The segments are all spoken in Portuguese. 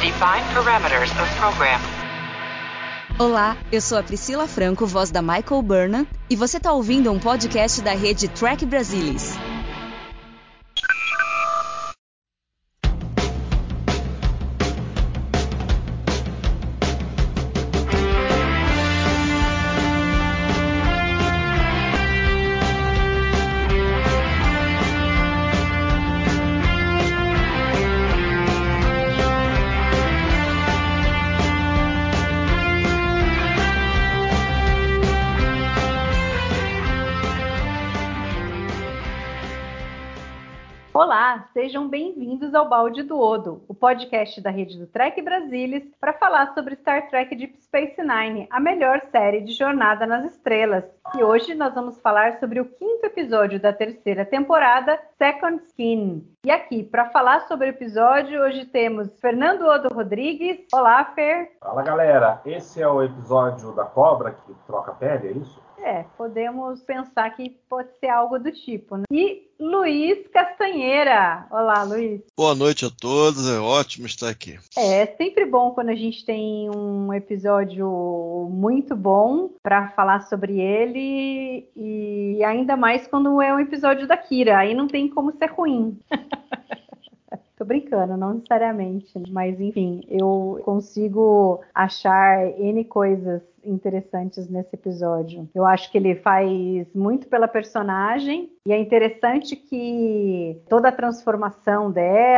Define parameters of program. Olá, eu sou a Priscila Franco, voz da Michael Burnham, e você está ouvindo um podcast da rede Trek Brasilis. Olá, sejam bem-vindos ao Balde do Odo, o podcast da rede do Trek Brasilis para falar sobre Star Trek Deep Space Nine, a melhor série de Jornada nas Estrelas. E hoje nós vamos falar sobre o 5º episódio da 3ª temporada, Second Skin. E aqui, para falar sobre o episódio, hoje temos Fernando Odo Rodrigues. Olá, Fer. Fala, galera. Esse é o episódio da cobra que troca pele, é isso? Podemos pensar que pode ser algo do tipo, né? E Luiz Castanheira. Olá, Luiz. Boa noite a todos, é ótimo estar aqui. É sempre bom quando a gente tem um episódio muito bom para falar sobre ele, e ainda mais quando é um episódio da Kira, aí não tem como ser ruim. Tô brincando, não necessariamente, mas enfim, eu consigo achar N coisas interessantes nesse episódio. Eu acho que ele faz muito pela personagem, e é interessante que toda a transformação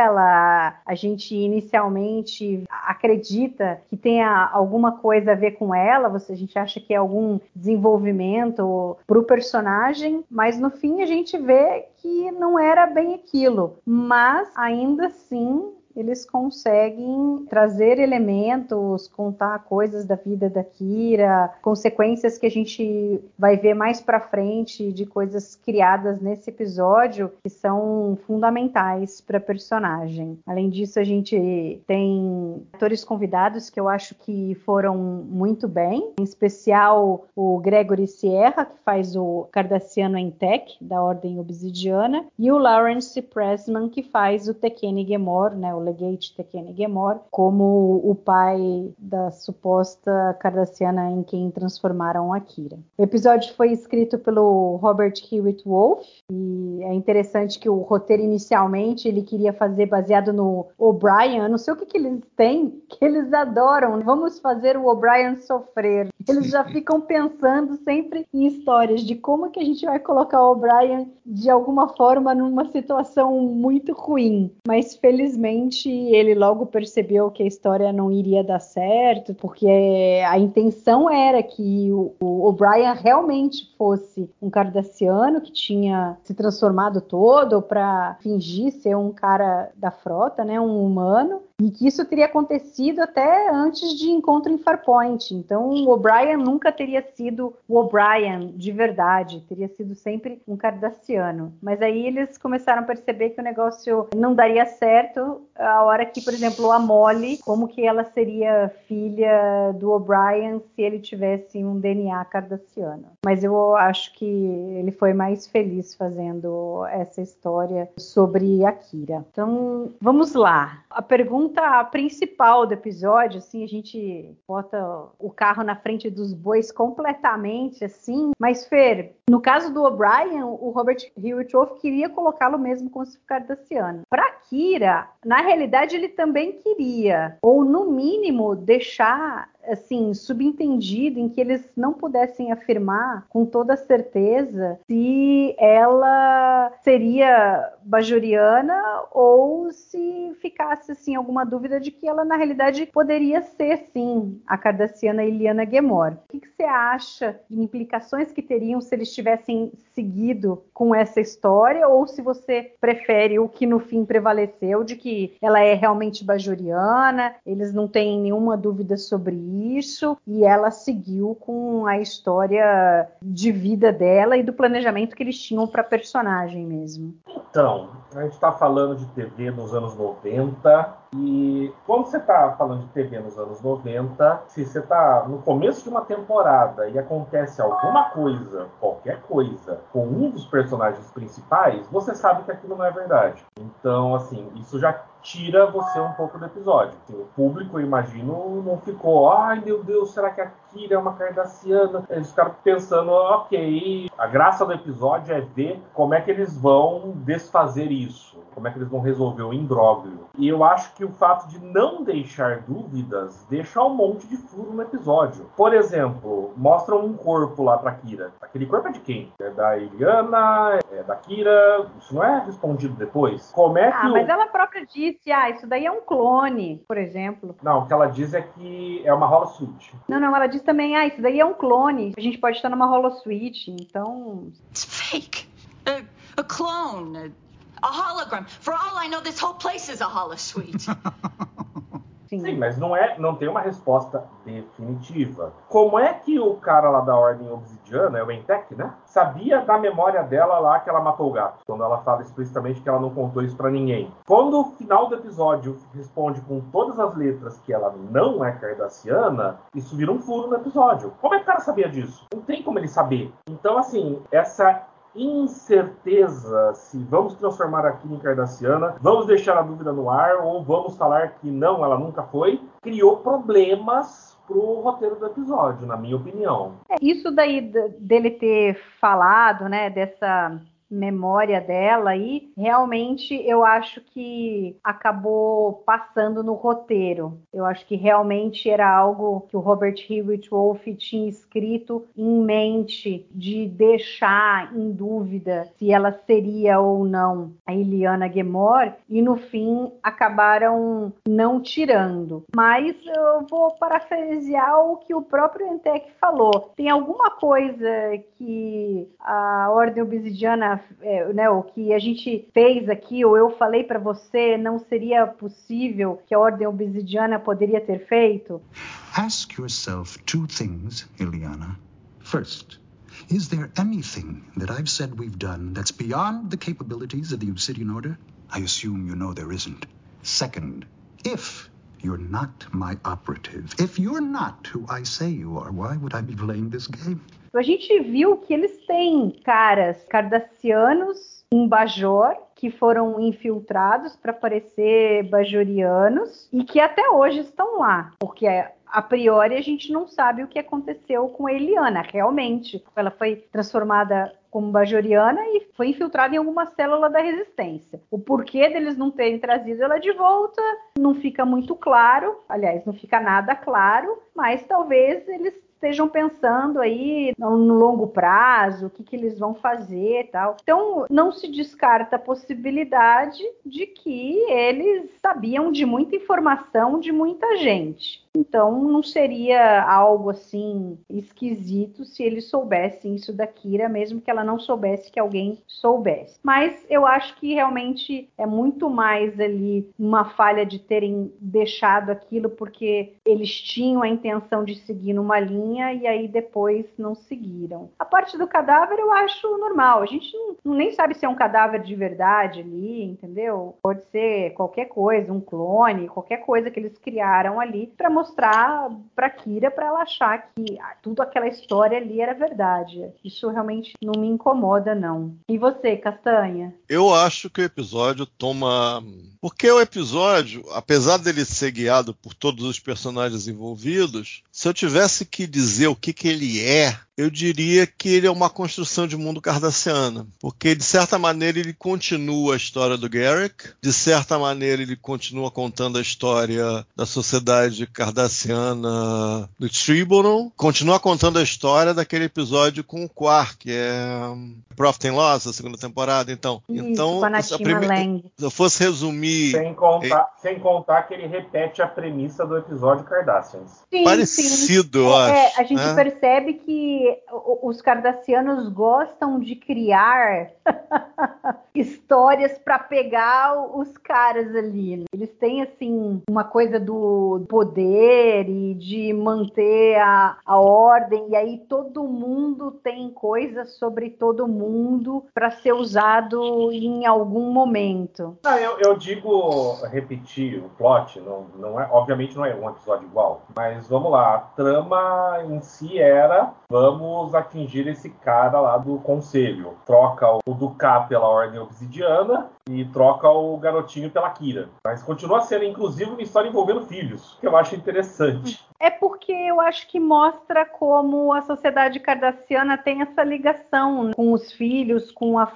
dela, a gente inicialmente acredita que tenha alguma coisa a ver com ela, a gente acha que é algum desenvolvimento pro personagem, mas no fim a gente vê que não era bem aquilo, mas ainda assim eles conseguem trazer elementos, contar coisas da vida da Kira, consequências que a gente vai ver mais pra frente de coisas criadas nesse episódio que são fundamentais para a personagem. Além disso, a gente tem atores convidados que eu acho que foram muito bem, em especial o Gregory Sierra, que faz o Cardassiano Entek, da Ordem Obsidiana, e o Lawrence Pressman, que faz o Tekene Gemor, né, o Legate Tekene Gemor, como o pai da suposta Cardassiana em quem transformaram a Kira. O episódio foi escrito pelo Robert Hewitt Wolfe, e é interessante que o roteiro inicialmente ele queria fazer baseado no O'Brien. Eu não sei o que eles têm, que eles adoram. Vamos fazer o O'Brien sofrer. Eles já ficam pensando sempre em histórias de como que a gente vai colocar o O'Brien de alguma forma numa situação muito ruim. Mas felizmente ele logo percebeu que a história não iria dar certo, porque a intenção era que o O'Brien realmente fosse um cardassiano que tinha se transformado todo para fingir ser um cara da frota, né, um humano, e que isso teria acontecido até antes de Encontro em Farpoint. Então o O'Brien nunca teria sido o O'Brien de verdade, teria sido sempre um cardassiano. Mas aí eles começaram a perceber que o negócio não daria certo a hora que, por exemplo, a Molly, como que ela seria filha do O'Brien se ele tivesse um DNA cardassiano. Mas eu acho que ele foi mais feliz fazendo essa história sobre a Kira. Então, vamos lá. A pergunta principal do episódio, assim, a gente bota o carro na frente dos bois completamente, assim. Mas, Fer, no caso do O'Brien, o Robert Hewitt Wolfe queria colocá-lo mesmo como cardassiano. Para Kira, na realidade, ele também queria, ou no mínimo, deixar assim, subentendido em que eles não pudessem afirmar com toda certeza se ela seria bajoriana ou se ficasse assim alguma dúvida de que ela na realidade poderia ser sim a cardassiana Iliana Gemor. O que você acha de implicações que teriam se eles tivessem seguido com essa história, ou se você prefere o que no fim prevaleceu, de que ela é realmente bajoriana, eles não têm nenhuma dúvida sobre isso, e ela seguiu com a história de vida dela e do planejamento que eles tinham para a personagem mesmo? Então, a gente está falando de TV nos anos 90, e quando você está falando de TV nos anos 90, se você está no começo de uma temporada e acontece alguma coisa, qualquer coisa, com um dos personagens principais, você sabe que aquilo não é verdade. Então, assim, isso já tira você um pouco do episódio. O público, eu imagino, não ficou, ai meu Deus, será que a Kira é uma cardassiana? Eles ficaram pensando, ok, a graça do episódio é ver como é que eles vão desfazer isso, como é que eles vão resolver o imbróglio. E eu acho que o fato de não deixar dúvidas deixa um monte de furo no episódio. Por exemplo, mostram um corpo lá pra Kira. Aquele corpo é de quem? É da Illyana? É da Kira? Isso não é respondido depois? Como é que mas ela própria disse, isso daí é um clone, por exemplo. Não, o que ela diz é que é uma holosuite. Não, ela diz também, isso daí é um clone. A gente pode estar numa holosuite, então... It's fake. A clone. A hologram. For all I know, this whole place is a holosuite. Sim, mas não tem uma resposta definitiva. Como é que o cara lá da Ordem Obsidiana, é o Entek, né? Sabia da memória dela lá que ela matou o gato? Quando ela fala explicitamente que ela não contou isso pra ninguém. Quando o final do episódio responde com todas as letras que ela não é cardassiana, isso vira um furo no episódio. Como é que o cara sabia disso? Não tem como ele saber. Então, assim, essa incerteza se vamos transformar a Kira em cardassiana, vamos deixar a dúvida no ar ou vamos falar que não, ela nunca foi, criou problemas pro roteiro do episódio, na minha opinião. Isso daí dele ter falado, né, dessa memória dela aí, realmente eu acho que acabou passando no roteiro. Eu acho que realmente era algo que o Robert Hewitt Wolfe tinha escrito em mente de deixar em dúvida se ela seria ou não a Illyana Gemor, e no fim acabaram não tirando. Mas eu vou parafrasear o que o próprio Entek falou. Tem alguma coisa que a Ordem Obsidiana, o que a gente fez aqui, ou eu falei para você, não seria possível que a Ordem Obsidiana poderia ter feito? Ask yourself two things, Illyana. First, is there anything that I've said we've done that's beyond the capabilities of the Obsidian Order? I assume you know there isn't. Second, if you're not my operative, if you're not who I say you are, why would I be playing this game? A gente viu que eles têm caras cardassianos em Bajor, que foram infiltrados para parecer bajorianos e que até hoje estão lá, porque a priori a gente não sabe o que aconteceu com a Illyana, realmente. Ela foi transformada como bajoriana e foi infiltrada em alguma célula da resistência. O porquê deles não terem trazido ela de volta não fica muito claro, aliás, não fica nada claro, mas talvez eles estejam pensando aí no longo prazo, o que eles vão fazer e tal. Então, não se descarta a possibilidade de que eles sabiam de muita informação de muita gente. Então, não seria algo assim esquisito se eles soubessem isso da Kira, mesmo que ela não soubesse que alguém soubesse. Mas eu acho que realmente é muito mais ali uma falha de terem deixado aquilo porque eles tinham a intenção de seguir numa linha e aí depois não seguiram. A parte do cadáver eu acho normal. A gente nem sabe se é um cadáver de verdade ali, entendeu? Pode ser qualquer coisa, um clone, qualquer coisa que eles criaram ali para mostrar para Kira, para ela achar que tudo aquela história ali era verdade. Isso realmente não me incomoda, não. E você, Castanha? Eu acho que o episódio toma... Porque o episódio, apesar dele ser guiado por todos os personagens envolvidos, se eu tivesse que dizer o que ele é, eu diria que ele é uma construção de mundo cardassiana. Porque, de certa maneira, ele continua a história do Garak, de certa maneira, ele continua contando a história da sociedade cardassiana do Tribunal, continua contando a história daquele episódio com o Quark, que é Profit and Loss, a segunda temporada. Então, com a Natima Lang. Se eu fosse resumir... Sem contar que ele repete a premissa do episódio Cardassians. Sim, parecido, eu acho. A gente percebe que os cardassianos gostam de criar histórias para pegar os caras ali, né? Eles têm, assim, uma coisa do poder e de manter a ordem, e aí todo mundo tem coisas sobre todo mundo para ser usado em algum momento. Eu digo, repetir o plot, não é, obviamente não é um episódio igual, mas vamos lá, a trama em si era, vamos atingir esse cara lá do conselho, troca o Dukat pela Ordem Obsidiana e troca o garotinho pela Kira. Mas continua sendo, inclusive, uma história envolvendo filhos, que eu acho interessante. É porque eu acho que mostra como a sociedade cardassiana tem essa ligação com os filhos, com a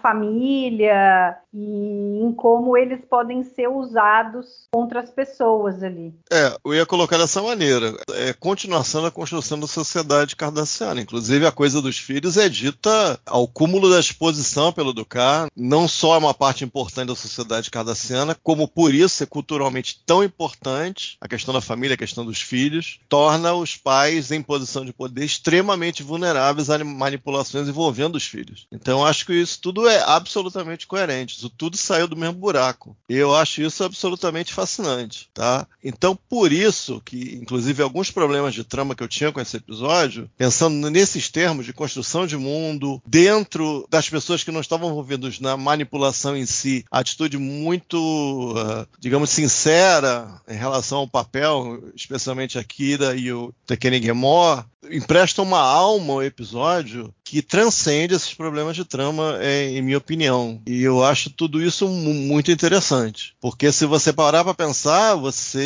família e em como eles podem ser usados contra as pessoas ali. Eu ia colocar dessa maneira. É continuação da construção da sociedade cardassiana. Inclusive, a coisa dos filhos é dita ao cúmulo da exposição pelo Dukat. Não só é uma parte importante da sociedade cardassiana, como por isso é culturalmente tão importante a questão da família, a questão dos filhos, torna os pais em posição de poder extremamente vulneráveis a manipulações envolvendo os filhos. Então, acho que isso tudo é absolutamente coerente. Isso tudo saiu do mesmo buraco. E eu acho isso absolutamente fascinante, tá? Então, por isso que, inclusive, alguns problemas de trama que eu tinha com esse episódio, pensando nesses termos de construção de mundo, dentro das pessoas que não estavam envolvidas na manipulação em si, a atitude muito, digamos, sincera em relação ao papel, especialmente a Kira e o Tekene Gemor, emprestam uma alma ao episódio que transcende esses problemas de trama, em minha opinião. E eu acho tudo isso muito interessante. Porque se você parar para pensar,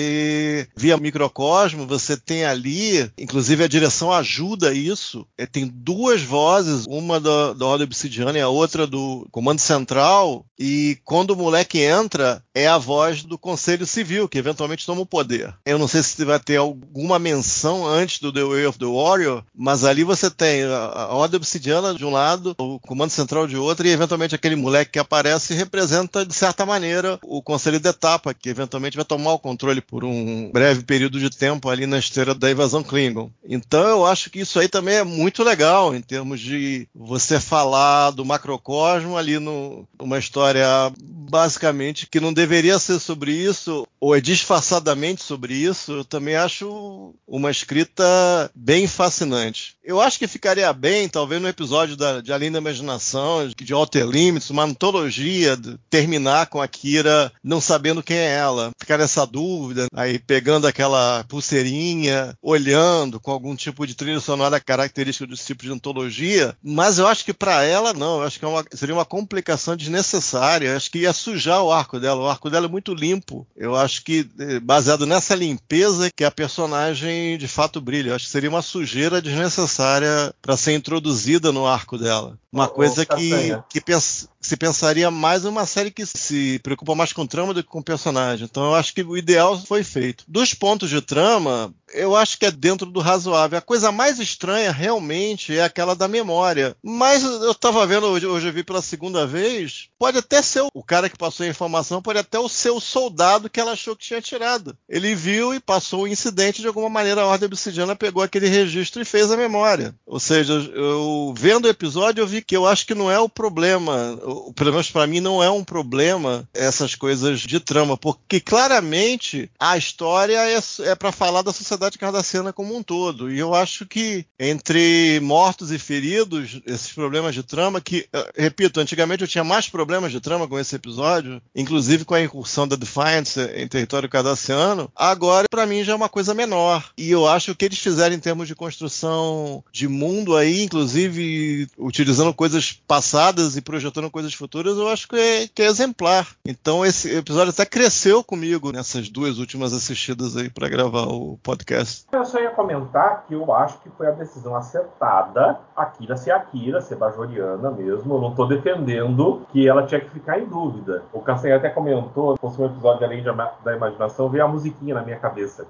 você via microcosmo, você tem ali, inclusive a direção ajuda isso, tem duas vozes, uma da Ordem Obsidiana e a outra do Comando Central, e quando o moleque entra, é a voz do Conselho Civil, que eventualmente toma o poder. Eu não sei se vai ter alguma menção antes do The Way of the Warrior, mas ali você tem a Ordem Obsidiana de um lado, o Comando Central de outro, e eventualmente aquele moleque que aparece representa, de certa maneira, o Conselho de Etapa, que eventualmente vai tomar o controle por um breve período de tempo ali na esteira da invasão Klingon. Então eu acho que isso aí também é muito legal, em termos de você falar do macrocosmo ali numa história basicamente que não deveria ser sobre isso, ou é disfarçadamente sobre isso. Eu também acho uma escrita bem fascinante. Eu acho que ficaria bem, talvez no episódio de Além da Imaginação, de Outer Limits, uma antologia, terminar com a Kira não sabendo quem é ela. Ficar nessa dúvida, aí pegando aquela pulseirinha, olhando com algum tipo de trilha sonora característica desse tipo de antologia, mas eu acho que para ela não, eu acho que seria uma complicação desnecessária, eu acho que ia sujar o arco dela é muito limpo, eu acho que baseado nessa limpeza que a personagem de fato brilha, eu acho que seria uma sujeira desnecessária para ser introduzida no arco dela. Uma coisa que se pensaria mais em uma série que se preocupa mais com trama do que com personagem. Então eu acho que o ideal foi feito. Dos pontos de trama, eu acho que é dentro do razoável. A coisa mais estranha realmente é aquela da memória. Mas eu estava vendo, hoje eu vi pela segunda vez, pode até ser o cara que passou a informação, pode até ser o soldado que ela achou que tinha tirado. Ele viu e passou o incidente, de alguma maneira a Ordem Obsidiana pegou aquele registro e fez a memória. Ou seja, eu vendo o episódio eu vi que eu acho que não é o problema, pelo menos para mim não é um problema essas coisas de trama, porque claramente a história é para falar da sociedade cardassiana como um todo, e eu acho que entre mortos e feridos, esses problemas de trama, que, repito, antigamente eu tinha mais problemas de trama com esse episódio, inclusive com a incursão da Defiance em território cardassiano, agora para mim já é uma coisa menor, e eu acho que o que eles fizeram em termos de construção de mundo aí, inclusive utilizando coisas passadas e projetando coisas futuras, eu acho que é exemplar. Então esse episódio até cresceu comigo nessas duas últimas assistidas aí para gravar o podcast. Eu só ia comentar que eu acho que foi a decisão acertada, a Kira ser bajoriana mesmo. Eu não estou defendendo que ela tinha que ficar em dúvida. O Castanha até comentou, se fosse um episódio Além da Imaginação, veio a musiquinha na minha cabeça.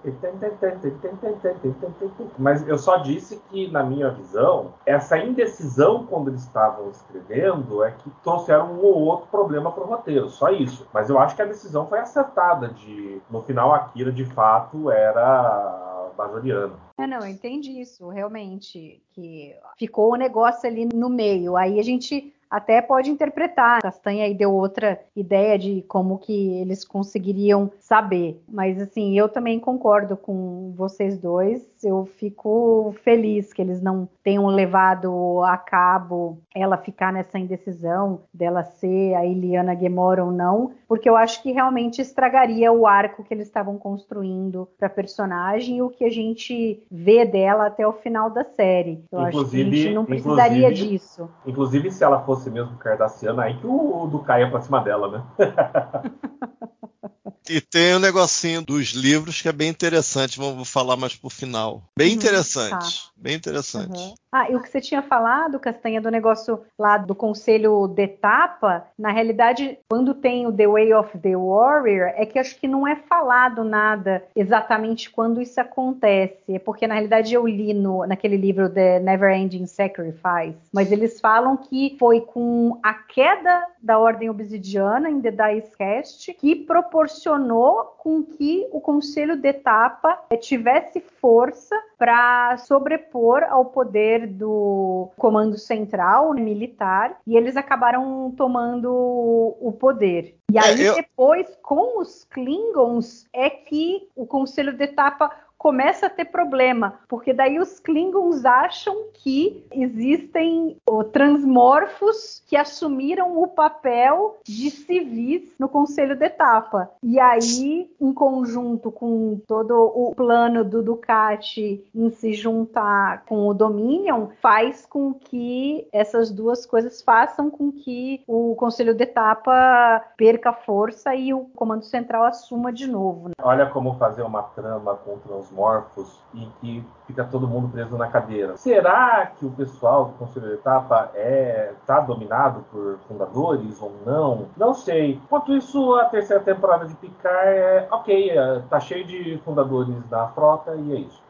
Mas eu só disse que, na minha visão, essa indecisão quando eles estavam escrevendo é que trouxeram um ou outro problema para o roteiro, só isso. Mas eu acho que a decisão foi acertada no final a Kira de fato era bajoriana. Não, eu entendi isso, realmente, que ficou o negócio ali no meio, aí a gente até pode interpretar. Castanha aí deu outra ideia de como que eles conseguiriam saber. Mas, assim, eu também concordo com vocês dois. Eu fico feliz que eles não tenham levado a cabo ela ficar nessa indecisão dela ser a Illyana Gemor ou não, porque eu acho que realmente estragaria o arco que eles estavam construindo para a personagem e o que a gente vê dela até o final da série. Eu acho que a gente não precisaria disso. Inclusive, se ela fosse fosse mesmo cardassiana, aí que o do caia pra cima dela, né? E tem um negocinho dos livros que é bem interessante, vou falar mais pro final. Bem interessante, Tá. bem interessante. E o que você tinha falado, Castanha, do negócio lá do Conselho de Etapa, na realidade, quando tem o The Way of the Warrior, é que acho que não é falado nada exatamente quando isso acontece, porque na realidade eu li naquele livro The Never Ending Sacrifice, mas eles falam que foi com a queda da Ordem Obsidiana em The Dice Cast que proporcionou com que o Conselho de Etapa tivesse força para sobrepor ao poder do Comando Central militar, e eles acabaram tomando o poder. E aí depois, com os Klingons, é que o Conselho de Etapa começa a ter problema, porque daí os Klingons acham que existem transmorfos que assumiram o papel de civis no Conselho de Etapa. E aí, em conjunto com todo o plano do Ducati em se juntar com o Dominion, faz com que essas duas coisas façam com que o Conselho de Etapa perca força e o Comando Central assuma de novo. Olha como fazer uma trama contra os morfos e que fica todo mundo preso na cadeira. Será que o pessoal do Conselho de Etapa está dominado por fundadores ou não? Não sei. Enquanto isso, a terceira temporada de Picard tá cheio de fundadores da frota e é isso.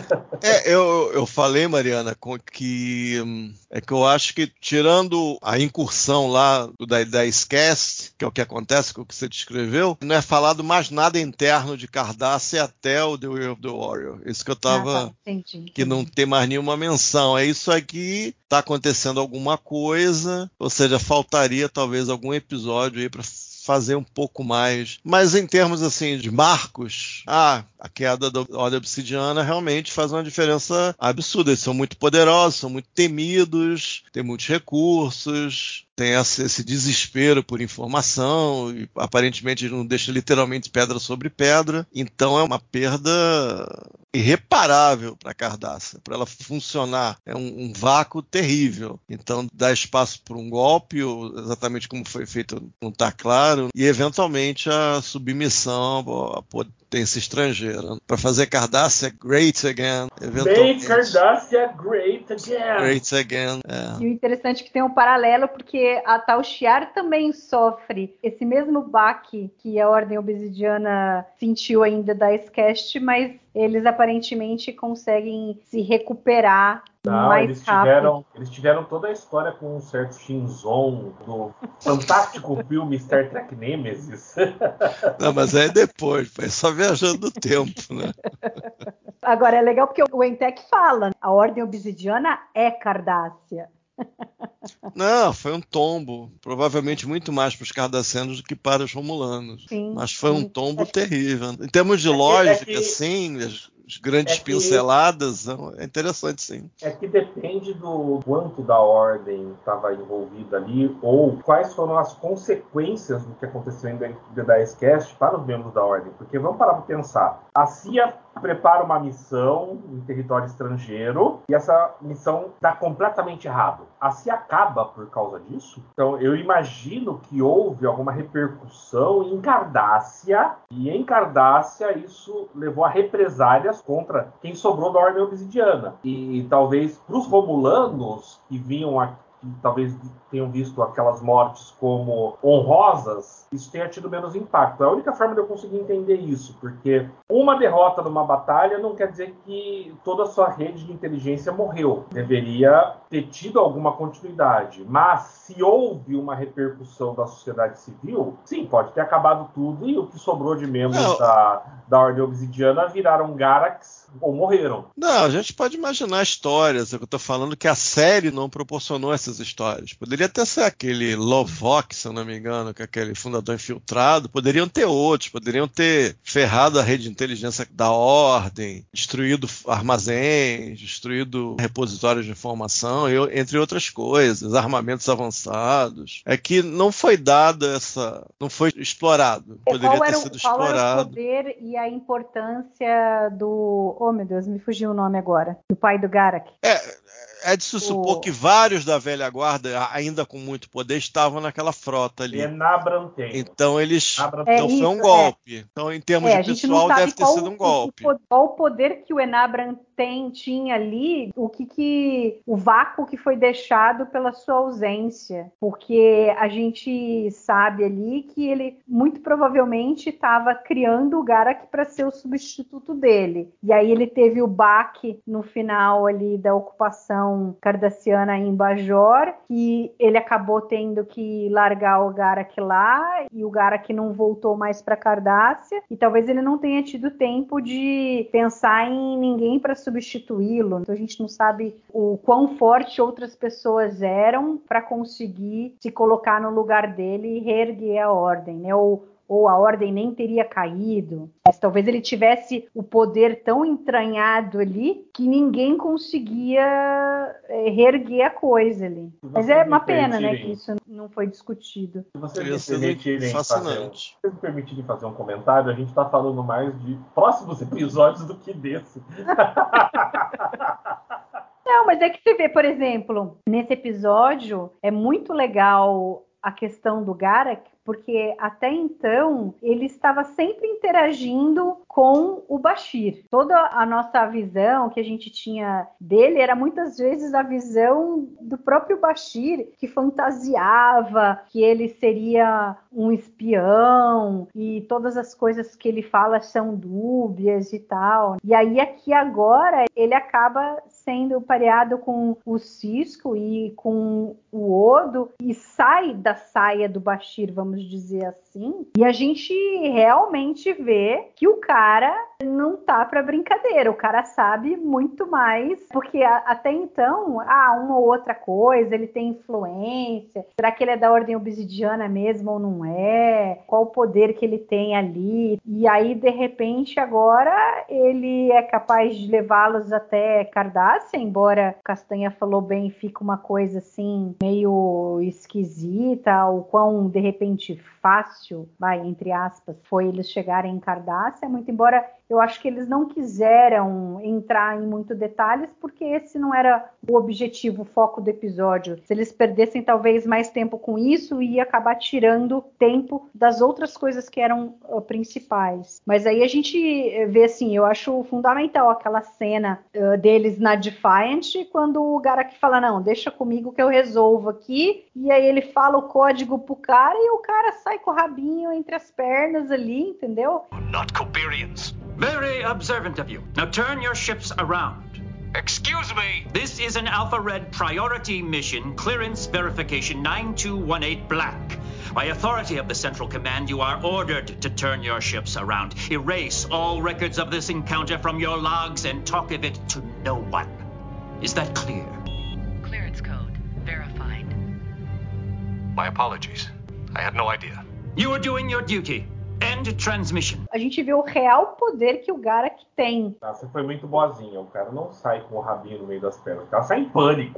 Eu falei, Mariana, que eu acho que, tirando a incursão lá da Scast, que é o que acontece com o que você descreveu, não é falado mais nada interno de Cardassia até o The Way of the Warrior. Isso que eu tava... Entendi. Que não tem mais nenhuma menção. É isso aqui, tá acontecendo alguma coisa, ou seja, faltaria talvez algum episódio aí para fazer um pouco mais. Mas em termos assim de marcos, a queda da Ordem Obsidiana realmente faz uma diferença absurda. Eles são muito poderosos, são muito temidos, têm muitos recursos, tem esse desespero por informação, e aparentemente não deixa literalmente pedra sobre pedra. Então é uma perda irreparável para a Cardassia, para ela funcionar. É um vácuo terrível. Então dá espaço para um golpe, ou exatamente como foi feito não está claro, e eventualmente a submissão à potência estrangeira. Para fazer Cardassia great again. Make Cardassia great again. Great again. E o interessante é que tem um paralelo, porque a Tal Shiar também sofre esse mesmo baque que a Ordem Obsidiana sentiu ainda da Scast, mas eles aparentemente conseguem se recuperar mais rápido. Eles tiveram toda a história com um certo Shinzon do fantástico filme Star Trek Nemesis. Não, mas é depois, é só viajando no tempo, né? Agora é legal porque o Entec fala, a Ordem Obsidiana é Cardassia. Não, foi um tombo, provavelmente muito mais para os cardassianos do que para os romulanos. Sim, mas foi um tombo terrível. Em termos de lógica, sim, as grandes pinceladas, é interessante, sim. É que depende do quanto da ordem estava envolvida ali, ou quais foram as consequências do que aconteceu em The Dice Cast para os membros da ordem. Porque vamos parar para pensar. A CIA prepara uma missão em território estrangeiro e essa missão dá completamente errado. A CIA acaba por causa disso. Então eu imagino que houve alguma repercussão em Cardassia, e em Cardassia isso levou a represálias contra quem sobrou da Ordem Obsidiana. E talvez para os romulanos que vinham aqui, talvez tenham visto aquelas mortes como honrosas, isso tenha tido menos impacto. É a única forma de eu conseguir entender isso, porque uma derrota numa batalha não quer dizer que toda a sua rede de inteligência morreu. Deveria ter tido alguma continuidade. Mas se houve uma repercussão da sociedade civil, sim, pode ter acabado tudo e o que sobrou de membros da Ordem Obsidiana viraram Garax ou morreram. Não, a gente pode imaginar histórias. Eu estou falando que a série não proporcionou essas histórias. Poderia até ser aquele Lovok, se eu não me engano, que é aquele fundador infiltrado. Poderiam ter outros, poderiam ter ferrado a rede de inteligência da Ordem, destruído armazéns, destruído repositórios de informação, entre outras coisas, armamentos avançados. É que não foi dada não foi explorado. Poderia ter sido explorado. Qual era o poder e a importância do... Oh, meu Deus, me fugiu o nome agora. Do pai do Garak. É de se supor que vários da velha guarda, ainda com muito poder, estavam naquela frota ali. Enabran tem. Então eles. Então foi um isso, golpe. Então, em termos de a gente não pessoal, sabe deve ter sido um golpe. qual o poder que o Enabran tinha ali, o vácuo que foi deixado pela sua ausência. Porque a gente sabe ali que ele muito provavelmente estava criando o Garak para ser o substituto dele. E aí ele teve o baque no final ali da ocupação cardassiana em Bajor, que ele acabou tendo que largar o Garak lá, e o Garak não voltou mais para Cardassia, e talvez ele não tenha tido tempo de pensar em ninguém para substituí-lo. Então a gente não sabe o quão forte outras pessoas eram para conseguir se colocar no lugar dele e reerguer a ordem, né? Ou a ordem nem teria caído, mas talvez ele tivesse o poder tão entranhado ali que ninguém conseguia reerguer a coisa ali. Mas é uma pena, né, que isso não foi discutido. Se vocês me permitirem fazer um comentário, a gente está falando mais de próximos episódios do que desse. Não, mas é que você vê, por exemplo, nesse episódio, é muito legal a questão do Garak, porque até então ele estava sempre interagindo com o Bashir. Toda a nossa visão que a gente tinha dele era muitas vezes a visão do próprio Bashir, que fantasiava que ele seria um espião e todas as coisas que ele fala são dúbias e tal. E aí aqui agora ele acaba sendo pareado com o Sisko e com o Odo e sai da saia do Bashir, vamos dizer assim, e a gente realmente vê que o cara não tá pra brincadeira, o cara sabe muito mais, porque até então, uma ou outra coisa, ele tem influência, será que ele é da Ordem Obsidiana mesmo ou não é? Qual o poder que ele tem ali? E aí, de repente, agora ele é capaz de levá-los até Cardassia, embora Castanha falou bem, fica uma coisa assim, meio esquisita, o quão, de repente, fácil, entre aspas, foi eles chegarem em Cardassia, muito embora eu acho que eles não quiseram entrar em muitos detalhes, porque esse não era o objetivo, o foco do episódio. Se eles perdessem talvez mais tempo com isso, ia acabar tirando tempo das outras coisas que eram principais. Mas aí a gente vê assim, eu acho fundamental aquela cena deles na Defiant, quando o Garak fala, não, deixa comigo que eu resolvo aqui, e aí ele fala o código pro cara, e o cara sai com o rabinho entre as pernas ali, entendeu? Not Coberians. Very observant of you. Now turn your ships around. Excuse me. This is an Alpha Red priority mission, clearance verification 9218 Black. By authority of the Central Command, you are ordered to turn your ships around. Erase all records of this encounter from your logs and talk of it to no one. Is that clear? Clearance code verified. My apologies. I had no idea. You are doing your duty. End transmission. A gente vê o real poder que o Garak tem. Você foi muito boazinha. O cara não sai com o rabinho no meio das pernas. O cara sai em pânico.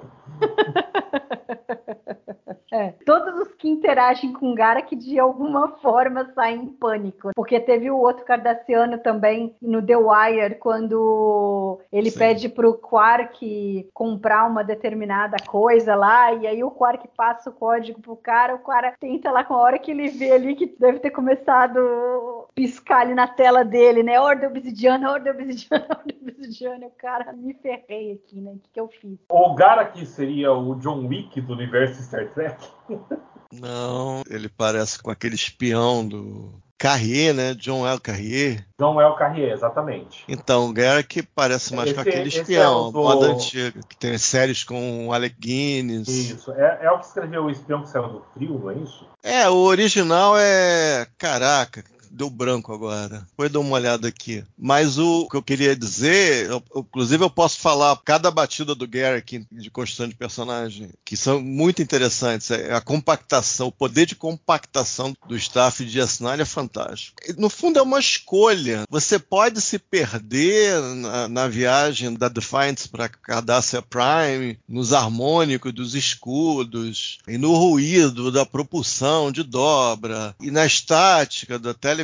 Todos os que interagem com o Garak de alguma forma saem em pânico. Porque teve o outro cardassiano também no The Wire, quando ele pede pro Quark comprar uma determinada coisa lá, e aí o Quark passa o código pro cara, o cara tenta lá com a hora que ele vê ali que deve ter começado a piscar ali na tela dele, né? Ordem Obsidiana, Ordem Obsidiana, Ordem Obsidiana. O cara, me ferrei aqui, né? O que eu fiz? O Garak seria o John Wick do universo Star Trek? Não, ele parece com aquele espião do Carrier, né? John L. Carrier. John L. Carrier, exatamente. Então, o Garak parece mais com aquele espião, moda antiga, que tem séries com o Alec Guinness. Isso, é o que escreveu O Espião que Saiu do Frio, não é isso? O original é... Caraca, deu branco agora. Vou dar uma olhada aqui. Mas o que eu queria dizer, inclusive eu posso falar cada batida do Garak de construção de personagem, que são muito interessantes. A compactação, o poder de compactação do staff de DS9 é fantástico. No fundo é uma escolha. Você pode se perder na viagem da Defiance para Cardassia Prime, nos harmônicos dos escudos, e no ruído da propulsão de dobra, e na estática da telecomunicação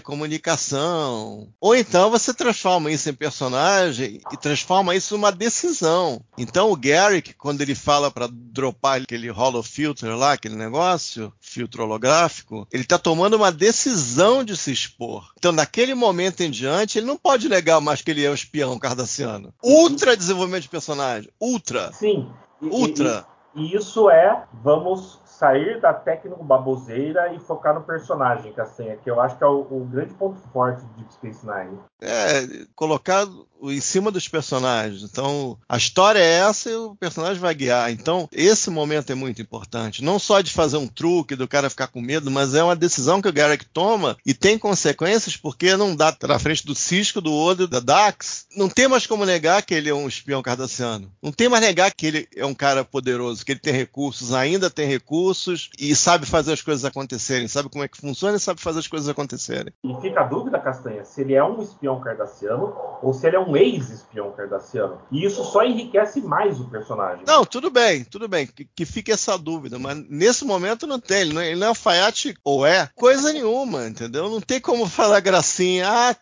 comunicação. Ou então você transforma isso em personagem e transforma isso numa decisão. Então o Garrick, quando ele fala para dropar aquele holofilter lá, aquele negócio, filtro holográfico, ele está tomando uma decisão de se expor. Então naquele momento em diante, ele não pode negar mais que ele é um espião cardassiano. Ultra desenvolvimento de personagem. Ultra. Sim. Ultra. E isso vamos sair da técnico-baboseira e focar no personagem, Castanha, que eu acho que é o grande ponto forte de Deep Space Nine. Colocar em cima dos personagens. Então, a história é essa e o personagem vai guiar. Então, esse momento é muito importante. Não só de fazer um truque, do cara ficar com medo, mas é uma decisão que o Garrick toma e tem consequências, porque não dá na frente do Sisko, do Odo, da Dax. Não tem mais como negar que ele é um espião cardassiano. Não tem mais negar que ele é um cara poderoso, que ele tem recursos, ainda tem recursos e sabe fazer as coisas acontecerem, sabe como é que funciona e sabe fazer as coisas acontecerem. E fica a dúvida, Castanha, se ele é um espião cardassiano ou se ele é um ex-espião cardassiano. E isso só enriquece mais o personagem. Não, tudo bem. Que fique essa dúvida, mas nesse momento não tem. Ele não é alfaiate ou coisa nenhuma, entendeu? Não tem como falar gracinha. Ah,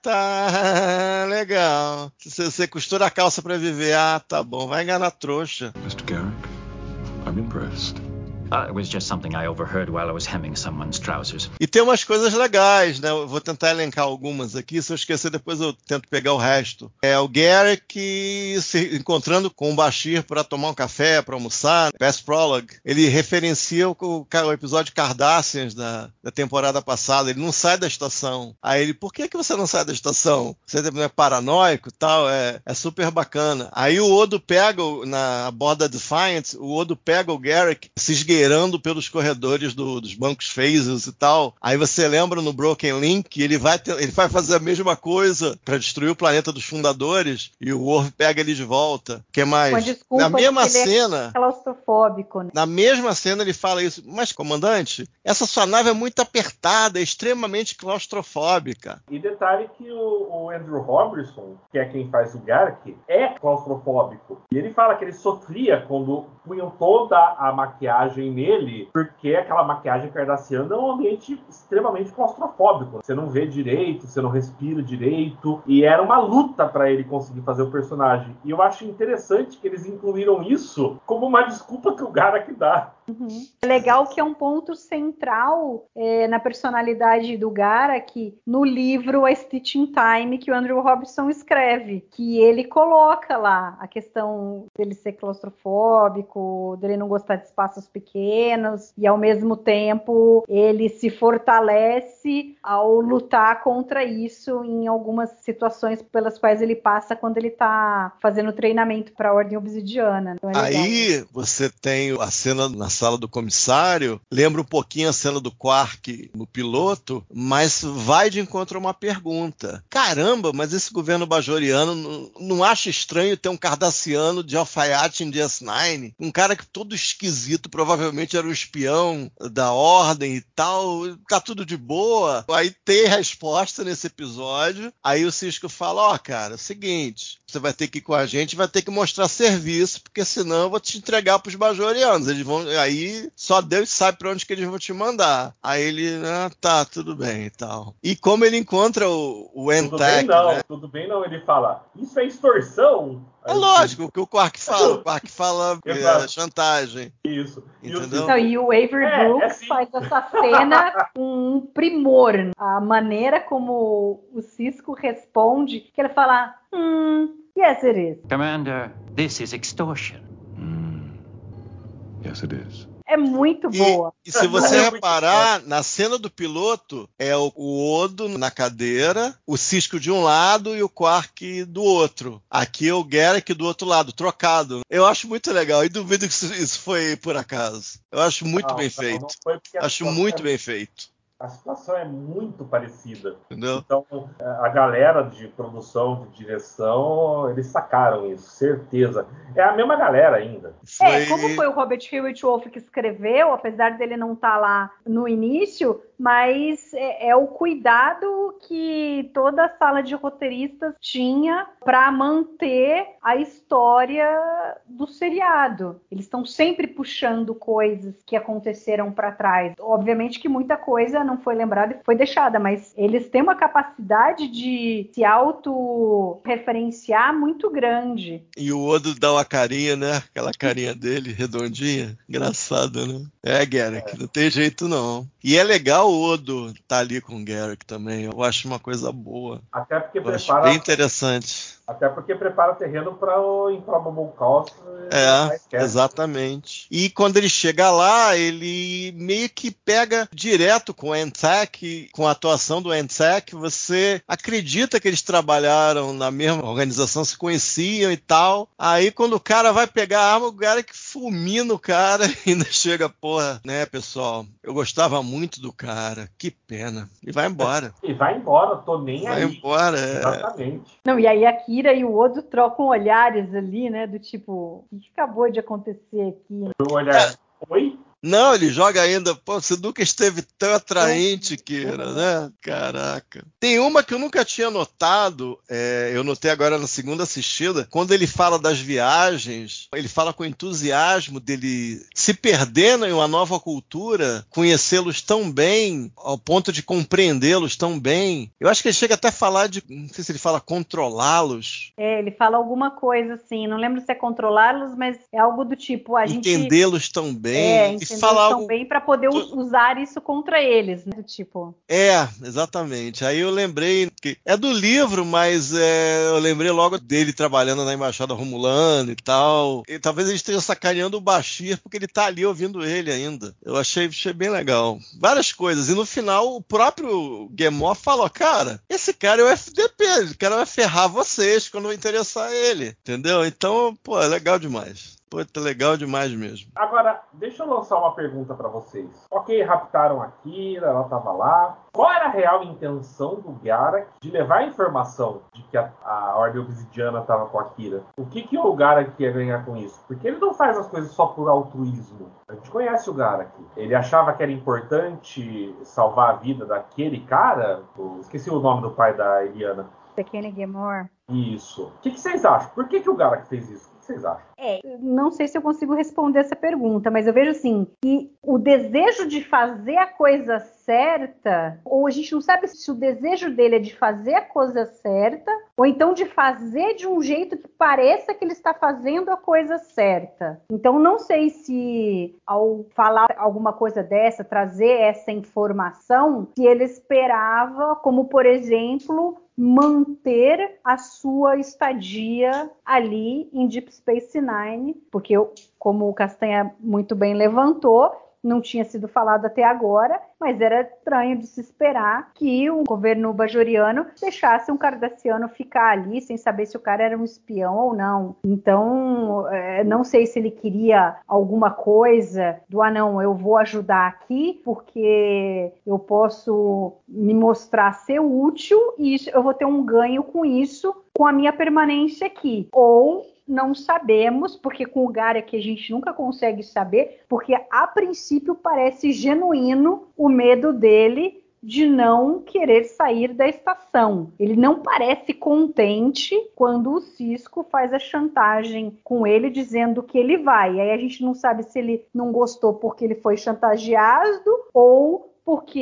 tá, legal. Você costura a calça pra viver. Ah, tá bom, vai enganar trouxa. Mr. Garrick, I'm impressed. It was just something I overheard while I was hemming someone's trousers. E tem umas coisas legais, né? Eu vou tentar elencar algumas aqui. Se eu esquecer, depois eu tento pegar o resto. O Garrick se encontrando com o Bashir para tomar um café, para almoçar. Past Prologue. Ele referencia o episódio Cardassians da temporada passada. Ele não sai da estação. Aí ele, por que você não sai da estação? Você é paranoico e tal? É super bacana. Aí o Odo pega, na borda Defiant, o Odo pega o Garrick se esgueirando pelos corredores dos bancos phases e tal. Aí você lembra no Broken Link, ele vai fazer a mesma coisa para destruir o planeta dos fundadores e o Worf pega ele de volta. O que mais? Com a desculpa na mesma que ele cena, é claustrofóbico, né? Na mesma cena ele fala isso. Mas, comandante, essa sua nave é muito apertada, é extremamente claustrofóbica. E detalhe que o Andrew Robertson, que é quem faz o Garrick, é claustrofóbico. E ele fala que ele sofria quando punham toda a maquiagem nele, porque aquela maquiagem cardassiana é um ambiente extremamente claustrofóbico. Você não vê direito, você não respira direito, e era uma luta para ele conseguir fazer o personagem. E eu acho interessante que eles incluíram isso como uma desculpa que o Garrick dá. Uhum. É legal que é um ponto central na personalidade do Garrick no livro A Stitch in Time, que o Andrew Robinson escreve, que ele coloca lá a questão dele ser claustrofóbico, dele não gostar de espaços pequenos, e ao mesmo tempo ele se fortalece ao lutar contra isso em algumas situações pelas quais ele passa quando ele está fazendo treinamento para a Ordem Obsidiana. Então aí você tem a cena na sala do comissário, lembra um pouquinho a cena do Quark no piloto, mas vai de encontro a uma pergunta. Caramba, mas esse governo bajoriano não acha estranho ter um cardassiano de alfaiate em DS9? Um cara que todo esquisito, provavelmente era um espião da Ordem e tal, tá tudo de boa. Aí tem resposta nesse episódio, aí o Sisko fala, cara, é o seguinte, você vai ter que ir com a gente, vai ter que mostrar serviço, porque senão eu vou te entregar pros bajorianos. Eles vão, aí só Deus sabe pra onde que eles vão te mandar. Aí ele, tá, tudo bem e tal. E como ele encontra o Entek, Tudo bem não, ele fala, isso é extorsão? É lógico, o que o Quark fala. O Quark fala chantagem. Isso. Entendeu? Então, e o Avery Brooks assim. faz essa cena com um primor. A maneira como o Sisko responde, que ele fala, yes it is. Commander, this is extortion. Yes, it is. É muito boa. E se você reparar, na cena do piloto, é o Odo na cadeira, o Sisko de um lado e o Quark do outro. Aqui é o Garrick do outro lado, trocado. Eu acho muito legal. E duvido que isso foi por acaso. Eu acho muito bem feito. Acho muito bem feito. A situação é muito parecida. Entendeu? Então, a galera de produção, de direção, eles sacaram isso, certeza. É a mesma galera ainda. Como foi o Robert Hewitt Wolfe que escreveu, apesar dele não estar lá no início, mas é o cuidado que toda a sala de roteiristas tinha para manter a história do seriado. Eles estão sempre puxando coisas que aconteceram para trás. Obviamente que muita coisa não foi lembrada e foi deixada, mas eles têm uma capacidade de se auto-referenciar muito grande. E o Odo dá uma carinha, né? Aquela carinha dele, redondinha. Engraçado, né? Garrick, não tem jeito não. E é legal o Odo tá ali com o Garrick também. Eu acho uma coisa boa. Até porque acho bem interessante. Até porque prepara o terreno para o Improbable Cause. Exatamente. E quando ele chega lá, ele meio que pega direto com o Anzac, com a atuação do Anzac. Você acredita que eles trabalharam na mesma organização, se conheciam e tal. Aí quando o cara vai pegar a arma, o cara que fulmina o cara e ainda chega, porra, né, pessoal? Eu gostava muito do cara. Que pena. E vai embora. Tô nem vai aí. Vai embora, Exatamente. Não, e aí a Kira e o Odo trocam olhares ali, né? Do tipo, o que acabou de acontecer aqui? O olhar, oi? Não, ele joga ainda. Pô, você nunca esteve tão atraente, Kira, né? Caraca. Tem uma que eu nunca tinha notado, eu notei agora na segunda assistida, quando ele fala das viagens, ele fala com entusiasmo dele se perdendo em uma nova cultura, conhecê-los tão bem, ao ponto de compreendê-los tão bem. Eu acho que ele chega até a falar de, não sei se ele fala controlá-los. Ele fala alguma coisa assim, não lembro se é controlá-los, mas é algo do tipo, a gente... Entendê-los tão bem. Falar algo bem para poder usar isso contra eles, né? Tipo. Exatamente. Aí eu lembrei que é do livro, mas eu lembrei logo dele trabalhando na Embaixada Romulana e tal. E talvez ele esteja sacaneando o Bashir porque ele tá ali ouvindo ele ainda. Eu achei bem legal. Várias coisas. E no final, o próprio Guillemot falou, cara, esse cara é o FDP, esse cara vai ferrar vocês quando não interessar ele. Entendeu? Então, pô, é legal demais. Pô, tá legal demais mesmo. Agora, deixa eu lançar uma pergunta pra vocês. Ok, raptaram a Kira, ela tava lá. Qual era a real intenção do Garak de levar a informação de que a Ordem Obsidiana tava com a Kira? O que o Garak ia ganhar com isso? Porque ele não faz as coisas só por altruísmo. A gente conhece o Garak. Ele achava que era importante salvar a vida daquele cara. Esqueci o nome do pai da Eliana. Pequeno Guillemot. Isso. O que vocês acham? Por que o Garak fez isso? O que vocês acham? Não sei se eu consigo responder essa pergunta, mas eu vejo assim, que o desejo de fazer a coisa certa, ou a gente não sabe se o desejo dele é de fazer a coisa certa, ou então de fazer de um jeito que pareça que ele está fazendo a coisa certa. Então não sei se ao falar alguma coisa dessa, trazer essa informação, se ele esperava, como por exemplo, manter a sua estadia ali em Deep Space Nine, porque, como o Castanha muito bem levantou, não tinha sido falado até agora, mas era estranho de se esperar que o governo bajoriano deixasse um cardassiano ficar ali sem saber se o cara era um espião ou não. Então, não sei se ele queria alguma coisa do, não, eu vou ajudar aqui porque eu posso me mostrar ser útil e eu vou ter um ganho com isso, com a minha permanência aqui. Ou não sabemos, porque com o Garak a gente nunca consegue saber, porque a princípio parece genuíno o medo dele de não querer sair da estação. Ele não parece contente quando o Sisko faz a chantagem com ele, dizendo que ele vai. Aí a gente não sabe se ele não gostou porque ele foi chantageado ou porque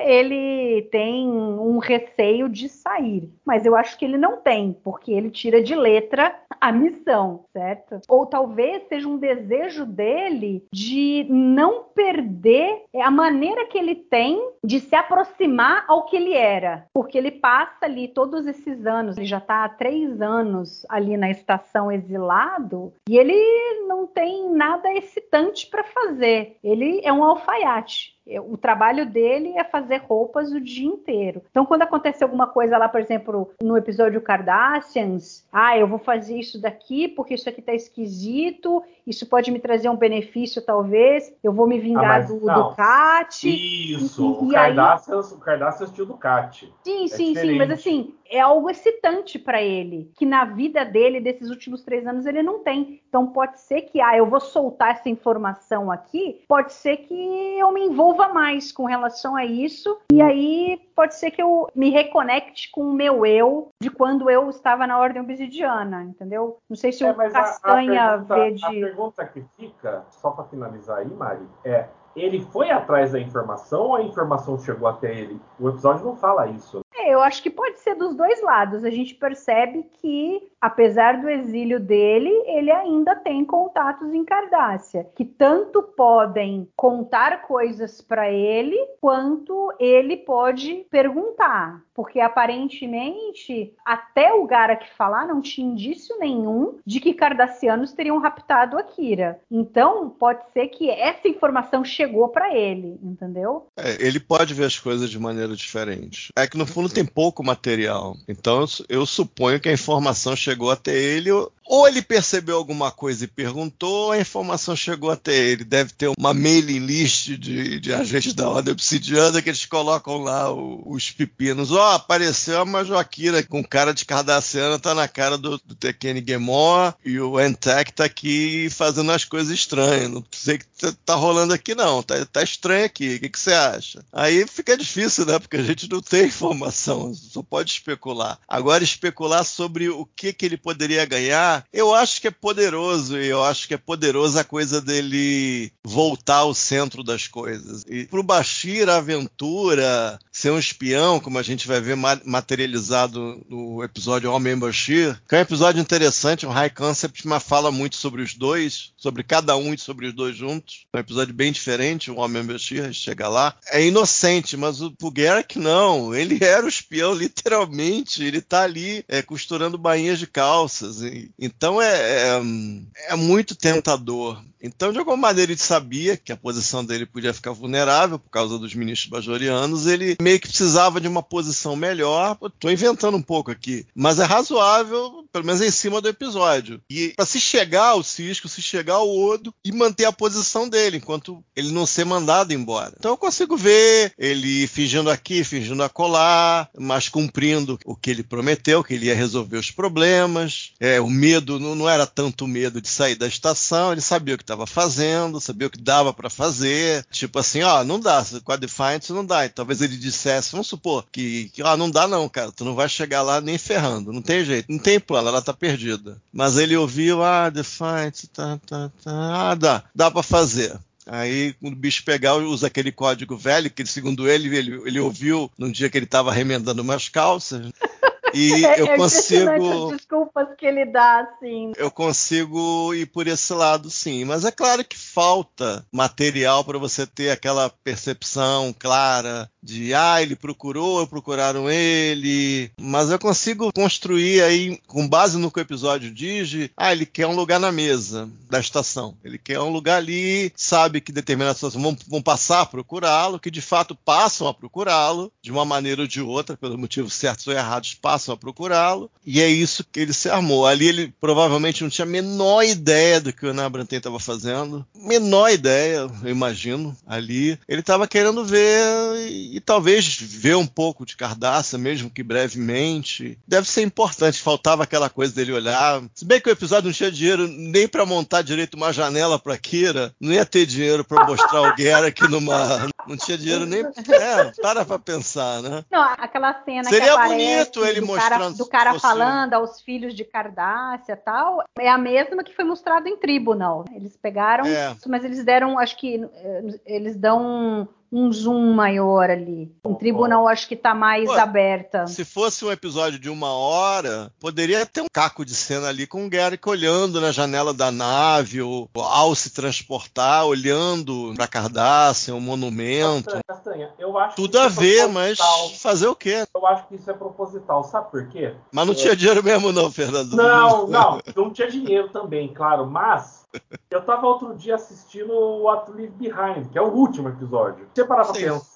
ele tem um receio de sair. Mas eu acho que ele não tem, porque ele tira de letra a missão, certo? Ou talvez seja um desejo dele de não perder a maneira que ele tem de se aproximar ao que ele era. Porque ele passa ali todos esses anos, ele já está há 3 anos ali na estação exilado, e ele não tem nada excitante para fazer. Ele é um alfaiate. O trabalho dele é fazer roupas o dia inteiro. Então, quando acontecer alguma coisa lá, por exemplo, no episódio Cardassians, eu vou fazer isso daqui porque isso aqui tá esquisito, isso pode me trazer um benefício, talvez, eu vou me vingar do Cat. Isso, o Cardassians tio do Cat. Sim, mas assim, é algo excitante para ele, que na vida dele, desses últimos 3 anos, ele não tem. Então pode ser que, eu vou soltar essa informação aqui, pode ser que eu me envolva mais com relação a isso, e aí pode ser que eu me reconecte com o meu eu de quando eu estava na Ordem Obsidiana, entendeu? Não sei se o Castanha vê de... A pergunta que fica, só para finalizar aí, Mari, ele foi atrás da informação ou a informação chegou até ele? O episódio não fala isso. Eu acho que pode ser dos dois lados. A gente percebe que, apesar do exílio dele, ele ainda tem contatos em Cardácia, que tanto podem contar coisas para ele, quanto ele pode perguntar. Porque, aparentemente, até o Garak falar, não tinha indício nenhum de que cardassianos teriam raptado a Kira. Então, pode ser que essa informação chegou para ele, entendeu? Ele pode ver as coisas de maneira diferente. É que, no fundo, tem pouco material. Então, eu suponho que a informação chegou até ele, ou ele percebeu alguma coisa e perguntou, ou a informação chegou até ele. Deve ter uma mailing list de agentes da Ordem Obsidiana que eles colocam lá os pepinos. Apareceu a Major Kira com cara de cardassiana, tá na cara do Tekene Gemor, e o Entek tá aqui fazendo as coisas estranhas. Não sei o que tá rolando aqui, não. Tá estranho aqui. O que você acha? Aí fica difícil, né? Porque a gente não tem informação, só pode especular. Agora, especular sobre o que ele poderia ganhar, eu acho que é poderoso, e eu acho que é poderosa a coisa dele voltar ao centro das coisas. E pro Bashir, a aventura, ser um espião, como a gente vai ver materializado no episódio Homem Bashir, que é um episódio interessante, um high concept, mas fala muito sobre os dois, sobre cada um e sobre os dois juntos. É um episódio bem diferente, o Homem Bashir, chega lá. É inocente, mas o Garak não. Ele era o espião, literalmente. Ele tá ali costurando bainhas de calças. Então é muito tentador. Então, de alguma maneira, ele sabia que a posição dele podia ficar vulnerável por causa dos ministros bajorianos. Ele meio que precisava de uma posição melhor. Estou inventando um pouco aqui, mas é razoável, pelo menos em cima do episódio. E para se chegar ao Cisco, se chegar ao Odo e manter a posição dele, enquanto ele não ser mandado embora. Então eu consigo ver ele fingindo aqui, fingindo acolá, mas cumprindo o que ele prometeu, que ele ia resolver os problemas. O medo não era tanto o medo de sair da estação, ele sabia o que estava fazendo, sabia o que dava para fazer. Tipo assim, não dá, com a Defiant não dá. E talvez ele dissesse, vamos supor, que não dá não, cara, tu não vai chegar lá nem ferrando, não tem jeito, não tem plano, ela tá perdida. Mas ele ouviu, Defiant, dá para fazer. Aí, quando o bicho pegar, usa aquele código velho, que segundo ele ouviu num dia que ele estava remendando umas calças. E eu consigo... as desculpas que ele dá, assim. Eu consigo ir por esse lado, sim. Mas é claro que falta material para você ter aquela percepção clara de, ele procurou, procuraram ele. Mas eu consigo construir aí, com base no que o episódio diz, ele quer um lugar na mesa da estação. Ele quer um lugar ali, sabe que determinadas pessoas vão passar a procurá-lo, que de fato passam a procurá-lo, de uma maneira ou de outra, pelos motivos certos ou errados, passam a procurá-lo, e é isso que ele se armou. Ali ele provavelmente não tinha a menor ideia do que o Nabranten estava fazendo, menor ideia, eu imagino, ali. Ele estava querendo ver e talvez ver um pouco de Cardácia, mesmo que brevemente. Deve ser importante, faltava aquela coisa dele olhar. Se bem que o episódio não tinha dinheiro nem para montar direito uma janela para Kira, não ia ter dinheiro para mostrar o Garak numa... Não tinha dinheiro nem... para pensar, né? Não, aquela cena seria que aparece bonito ele mostrando do cara falando aos filhos de Cardácia e tal, é a mesma que foi mostrado em Tribunal. Eles pegaram, mas eles deram, acho que eles dão um zoom maior ali. Em Tribunal acho que tá mais aberta. Se fosse um episódio de 1 hora, poderia ter um caco de cena ali com o Garak olhando na janela da nave, ou ao se transportar, olhando pra Cardácia, um monumento. Castanha, eu acho tudo a ver, mas fazer o quê? Eu acho que isso é proposital, sabe por quê? Mas não tinha dinheiro mesmo não, Fernando. Não tinha dinheiro também, claro, mas eu tava outro dia assistindo o What We Leave Behind, que é o último episódio. Se você parar pra pensar,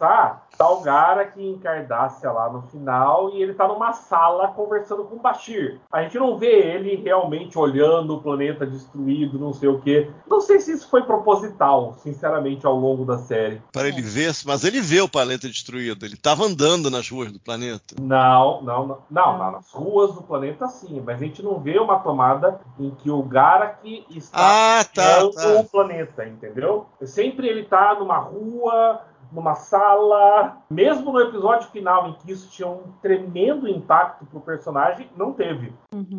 Tá o Garak em Cardassia lá no final e ele tá numa sala conversando com o Bashir. A gente não vê ele realmente olhando o planeta destruído, não sei o quê. Não sei se isso foi proposital, sinceramente, ao longo da série. Para ele ver, mas ele vê o planeta destruído. Ele estava andando nas ruas do planeta. Não, nas ruas do planeta sim, mas a gente não vê uma tomada em que o Garak está olhando o planeta, entendeu? Sempre ele tá numa rua, numa sala, mesmo no episódio final em que isso tinha um tremendo impacto pro personagem, não teve.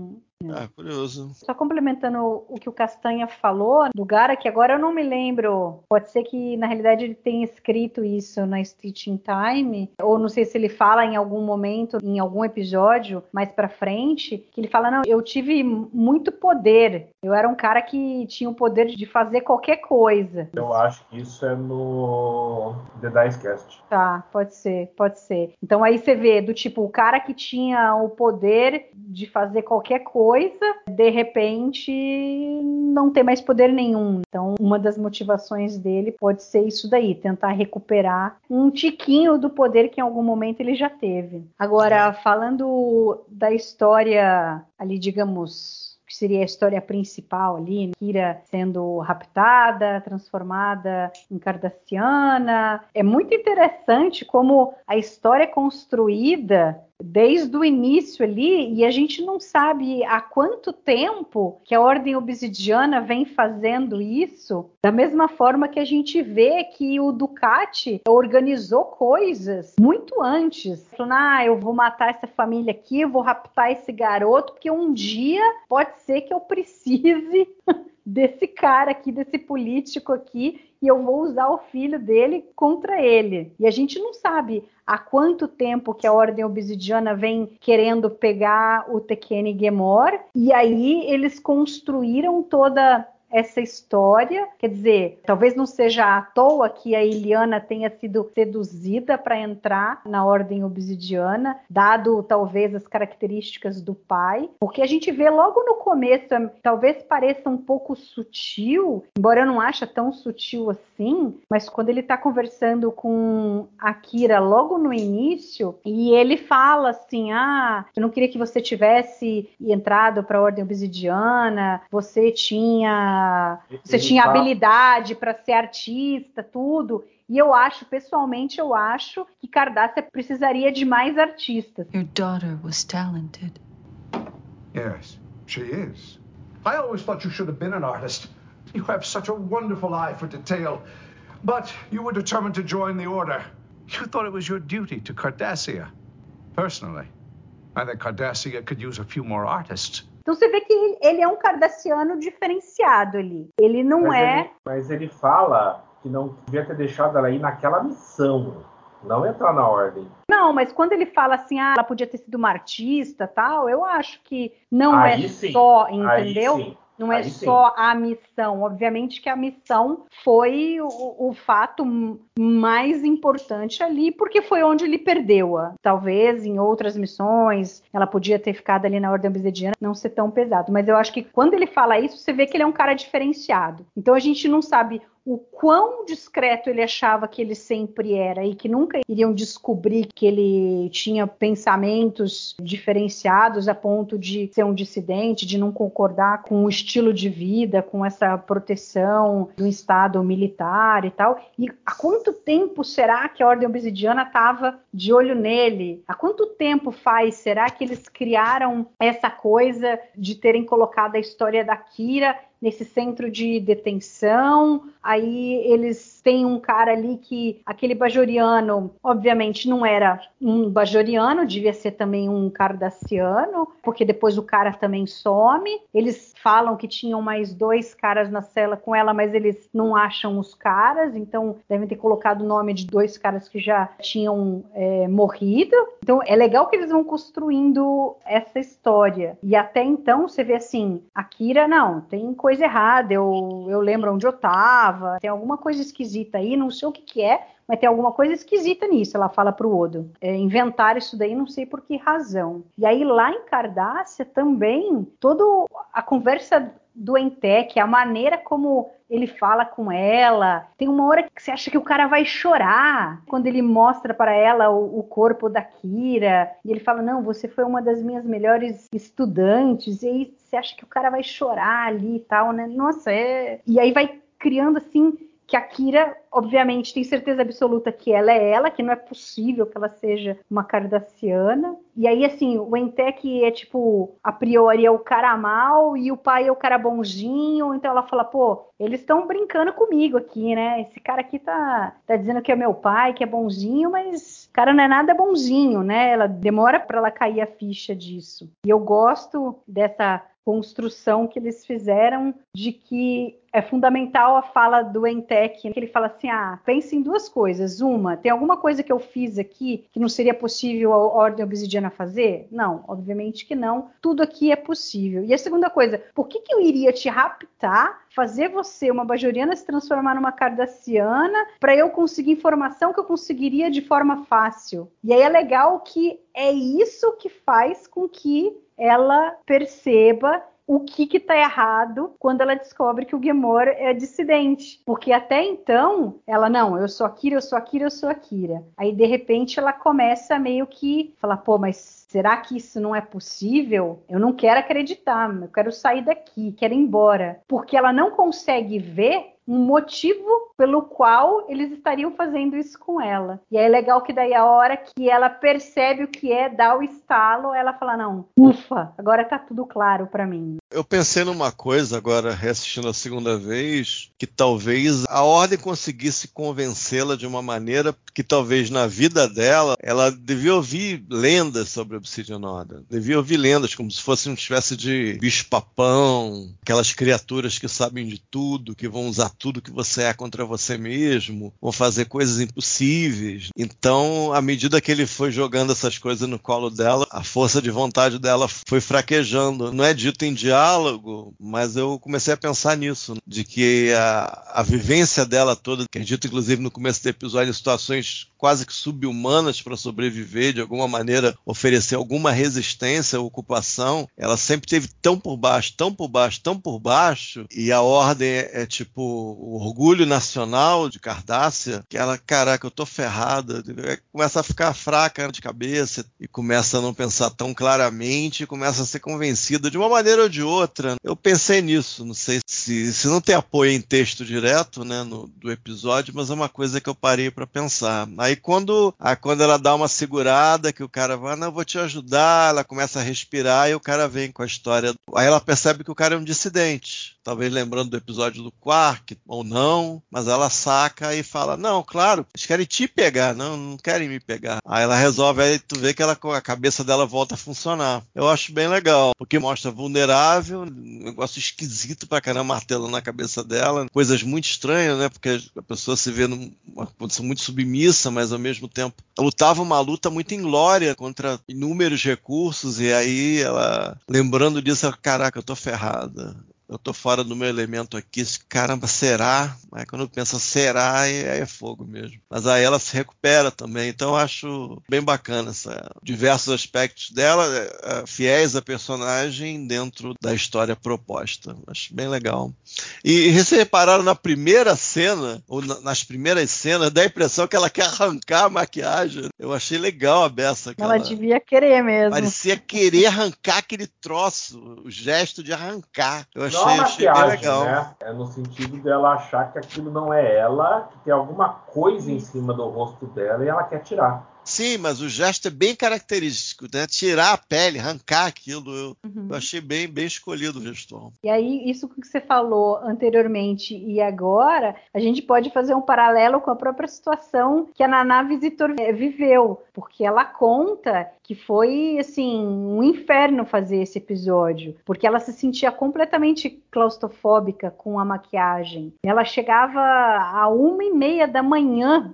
Curioso. Só complementando o que o Castanha falou do Garak, agora eu não me lembro, pode ser que na realidade ele tenha escrito isso na Stitch in Time, ou não sei se ele fala em algum momento, em algum episódio mais pra frente, que ele fala, não, eu tive muito poder, eu era um cara que tinha o poder de fazer qualquer coisa. Eu acho que isso é no The Dicecast. Tá, pode ser. Então aí você vê, do tipo, o cara que tinha o poder de fazer qualquer coisa, de repente não tem mais poder nenhum. Então uma das motivações dele pode ser isso daí, tentar recuperar um tiquinho do poder que em algum momento ele já teve. Agora, falando da história ali, digamos, que seria a história principal ali, né? Kira sendo raptada, transformada em Cardassiana. É muito interessante como a história é construída desde o início ali, e a gente não sabe há quanto tempo que a Ordem Obsidiana vem fazendo isso, da mesma forma que a gente vê que o Ducati organizou coisas muito antes. Falando, eu vou matar essa família aqui, eu vou raptar esse garoto, porque um dia pode ser que eu precise desse cara aqui, desse político aqui, e eu vou usar o filho dele contra ele. E a gente não sabe há quanto tempo que a Ordem Obsidiana vem querendo pegar o Tekene Gemor, e aí eles construíram toda essa história, quer dizer, talvez não seja à toa que a Illyana tenha sido seduzida para entrar na Ordem Obsidiana, dado talvez as características do pai, porque a gente vê logo no começo, talvez pareça um pouco sutil, embora eu não ache tão sutil assim, mas quando ele está conversando com a Kira logo no início, e ele fala assim, eu não queria que você tivesse entrado para a Ordem Obsidiana, você tinha habilidade para ser artista, tudo. E eu acho, pessoalmente, que Cardassia precisaria de mais artistas. Your daughter was talented. Yes, she is. I always thought you should have been an artist. You have such a wonderful eye for detail. But you were determined to join the Order. You thought it was your duty to Cardassia. Personally, I think Cardassia could use a few more artists. Então você vê que ele é um cardassiano diferenciado ali. Ele não Mas ele fala que não devia ter deixado ela ir naquela missão, não entrar na Ordem. Não, mas quando ele fala assim, ela podia ter sido uma artista, tal, eu acho que não só, entendeu? Não é só a missão. Obviamente que a missão foi o fato mais importante ali, porque foi onde ele perdeu-a. Talvez em outras missões ela podia ter ficado ali na Ordem Obsidiana, não ser tão pesado. Mas eu acho que quando ele fala isso, você vê que ele é um cara diferenciado. Então a gente não sabe o quão discreto ele achava que ele sempre era e que nunca iriam descobrir que ele tinha pensamentos diferenciados a ponto de ser um dissidente, de não concordar com o estilo de vida, com essa proteção do Estado militar e tal. E há quanto tempo será que a Ordem Obsidiana estava de olho nele? Há quanto tempo será que eles criaram essa coisa de terem colocado a história da Kira nesse centro de detenção? Aí eles têm um cara ali que, aquele Bajoriano, obviamente não era um Bajoriano, devia ser também um Cardassiano, porque depois o cara também some. Eles falam que tinham mais 2 caras na cela com ela, mas eles não acham os caras, então devem ter colocado o nome de 2 caras que já tinham morrido. Então é legal que eles vão construindo essa história. E até então você vê assim, a Kira, não, tem coisa errada, eu lembro onde eu tava, tem alguma coisa esquisita aí, não sei o que é, mas tem alguma coisa esquisita nisso, ela fala pro Odo. Inventaram isso daí, não sei por que razão. E aí lá em Cardassia também, toda a conversa do Entek, a maneira como ele fala com ela. Tem uma hora que você acha que o cara vai chorar quando ele mostra para ela o corpo da Kira. E ele fala, não, você foi uma das minhas melhores estudantes. E aí você acha que o cara vai chorar ali e tal, né? Nossa, E aí vai criando, assim, que a Kira, obviamente, tem certeza absoluta que ela é ela, que não é possível que ela seja uma cardassiana. E aí, assim, o Entek é, tipo, a priori é o cara mal e o pai é o cara bonzinho. Então ela fala, pô, eles estão brincando comigo aqui, né? Esse cara aqui tá dizendo que é meu pai, que é bonzinho, mas o cara não é nada bonzinho, né? Ela demora pra ela cair a ficha disso. E eu gosto dessa construção que eles fizeram de que é fundamental a fala do Entek, que ele fala assim, pense em duas coisas. Uma, tem alguma coisa que eu fiz aqui que não seria possível a Ordem Obsidiana fazer? Não, obviamente que não. Tudo aqui é possível. E a segunda coisa, por que eu iria te raptar, fazer você, uma bajoriana, se transformar numa cardassiana para eu conseguir informação que eu conseguiria de forma fácil? E aí é legal que é isso que faz com que ela perceba o que tá errado quando ela descobre que o Gamora é dissidente. Porque até então, ela, não, eu sou a Kira, eu sou a Kira, eu sou a Kira. Aí, de repente, ela começa meio que falar, pô, mas será que isso não é possível? Eu não quero acreditar, eu quero sair daqui, quero ir embora. Porque ela não consegue ver um motivo pelo qual eles estariam fazendo isso com ela. E é legal que daí a hora que ela percebe o que é, dá o estalo, ela fala, não, ufa, agora tá tudo claro pra mim. Eu pensei numa coisa agora, reassistindo a segunda vez, que talvez a Ordem conseguisse convencê-la de uma maneira que talvez na vida dela, ela devia ouvir lendas sobre a Obsidian Order. Devia ouvir lendas como se fosse uma espécie de bicho-papão, aquelas criaturas que sabem de tudo, que vão usar tudo que você é contra você mesmo, vão fazer coisas impossíveis. Então, à medida que ele foi jogando essas coisas no colo dela, a força de vontade dela foi fraquejando. Não é dito em diálogo, mas eu comecei a pensar nisso, de que a vivência dela toda, que é dito inclusive no começo do episódio, em situações quase que subhumanas para sobreviver, de alguma maneira oferecer alguma resistência à ocupação, ela sempre teve tão por baixo, tão por baixo, tão por baixo, e a Ordem é tipo o orgulho nacional de Cardassia, que ela, caraca, eu tô ferrada, começa a ficar fraca de cabeça e começa a não pensar tão claramente, começa a ser convencida de uma maneira ou de outra. Eu pensei nisso, não sei se não tem apoio em texto direto, né, do episódio, mas é uma coisa que eu parei para pensar. Aí quando ela dá uma segurada, que o cara vai, não, eu vou te ajudar, ela começa a respirar e o cara vem com a história. Aí ela percebe que o cara é um dissidente. Talvez lembrando do episódio do Quark, ou não, mas ela saca e fala, não, claro, eles querem te pegar, não querem me pegar. Aí ela resolve, aí tu vê que a cabeça dela volta a funcionar. Eu acho bem legal, porque mostra vulnerável, um negócio esquisito pra caramba, martelo na cabeça dela, coisas muito estranhas, né, porque a pessoa se vê numa condição muito submissa, mas ao mesmo tempo lutava uma luta muito inglória contra inúmeros recursos, e aí ela, lembrando disso, ela, caraca, eu tô ferrada. Eu tô fora do meu elemento aqui, caramba, será? Aí quando eu penso será, aí é fogo mesmo. Mas aí ela se recupera também, então eu acho bem bacana diversos aspectos dela, fiéis à personagem dentro da história proposta. Acho bem legal. E vocês repararam na primeira cena, ou nas primeiras cenas, dá a impressão que ela quer arrancar a maquiagem. Eu achei legal a beça. Ela devia querer mesmo. Parecia querer arrancar aquele troço, o gesto de arrancar. Eu achei, não a maquiagem, bem legal. né? É no sentido dela achar que aquilo não é ela, que tem alguma coisa em cima do rosto dela e ela quer tirar. Sim, mas o gesto é bem característico, né? Tirar a pele, arrancar aquilo, eu achei bem escolhido o gestual. E aí, isso que você falou anteriormente e agora, a gente pode fazer um paralelo com a própria situação que a Naná Visitor viveu, porque ela conta que foi, assim, um inferno fazer esse episódio, porque ela se sentia completamente claustrofóbica com a maquiagem. Ela chegava a 1h30 da manhã,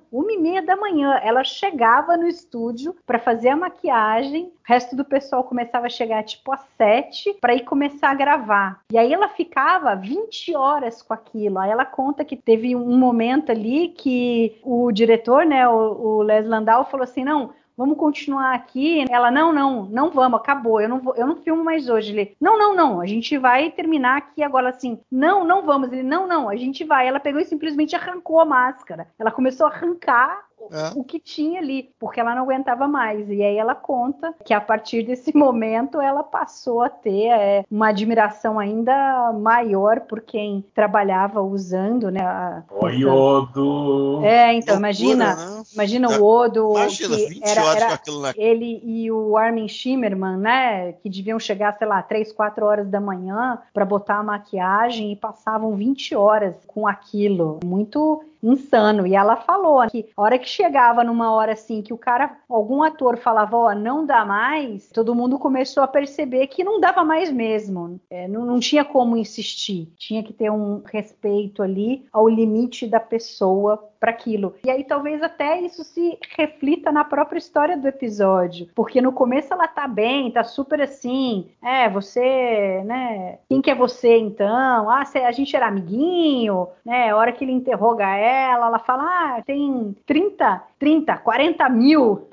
ela chegava no estúdio para fazer a maquiagem, o resto do pessoal começava a chegar tipo às 7 para ir começar a gravar. E aí ela ficava 20 horas com aquilo. Aí ela conta que teve um momento ali que o diretor, né, o Les Landau, falou assim, não, vamos continuar aqui. Ela, não vamos, acabou, eu não filmo mais hoje. Ele, não, a gente vai terminar aqui agora assim. Não vamos. Ele, não, a gente vai. Ela pegou e simplesmente arrancou a máscara. Ela começou a arrancar o que tinha ali, porque ela não aguentava mais. E aí ela conta que a partir desse momento ela passou a ter uma admiração ainda maior por quem trabalhava usando, né? O iodo. Então, imagina o Odo. Imagina, que 20 horas com aquilo na... Ele e o Armin Shimmerman, né? Que deviam chegar, sei lá, 3, 4 horas da manhã para botar a maquiagem e passavam 20 horas com aquilo. Muito insano. E ela falou que a hora que chegava numa hora assim que algum ator falava, não dá mais, todo mundo começou a perceber que não dava mais mesmo. Não tinha como insistir. Tinha que ter um respeito ali ao limite da pessoa para aquilo. E aí talvez até isso se reflita na própria história do episódio, porque no começo ela tá bem, tá super assim, você, né, quem que é você então? A gente era amiguinho, né, a hora que ele interroga ela fala, tem 40 mil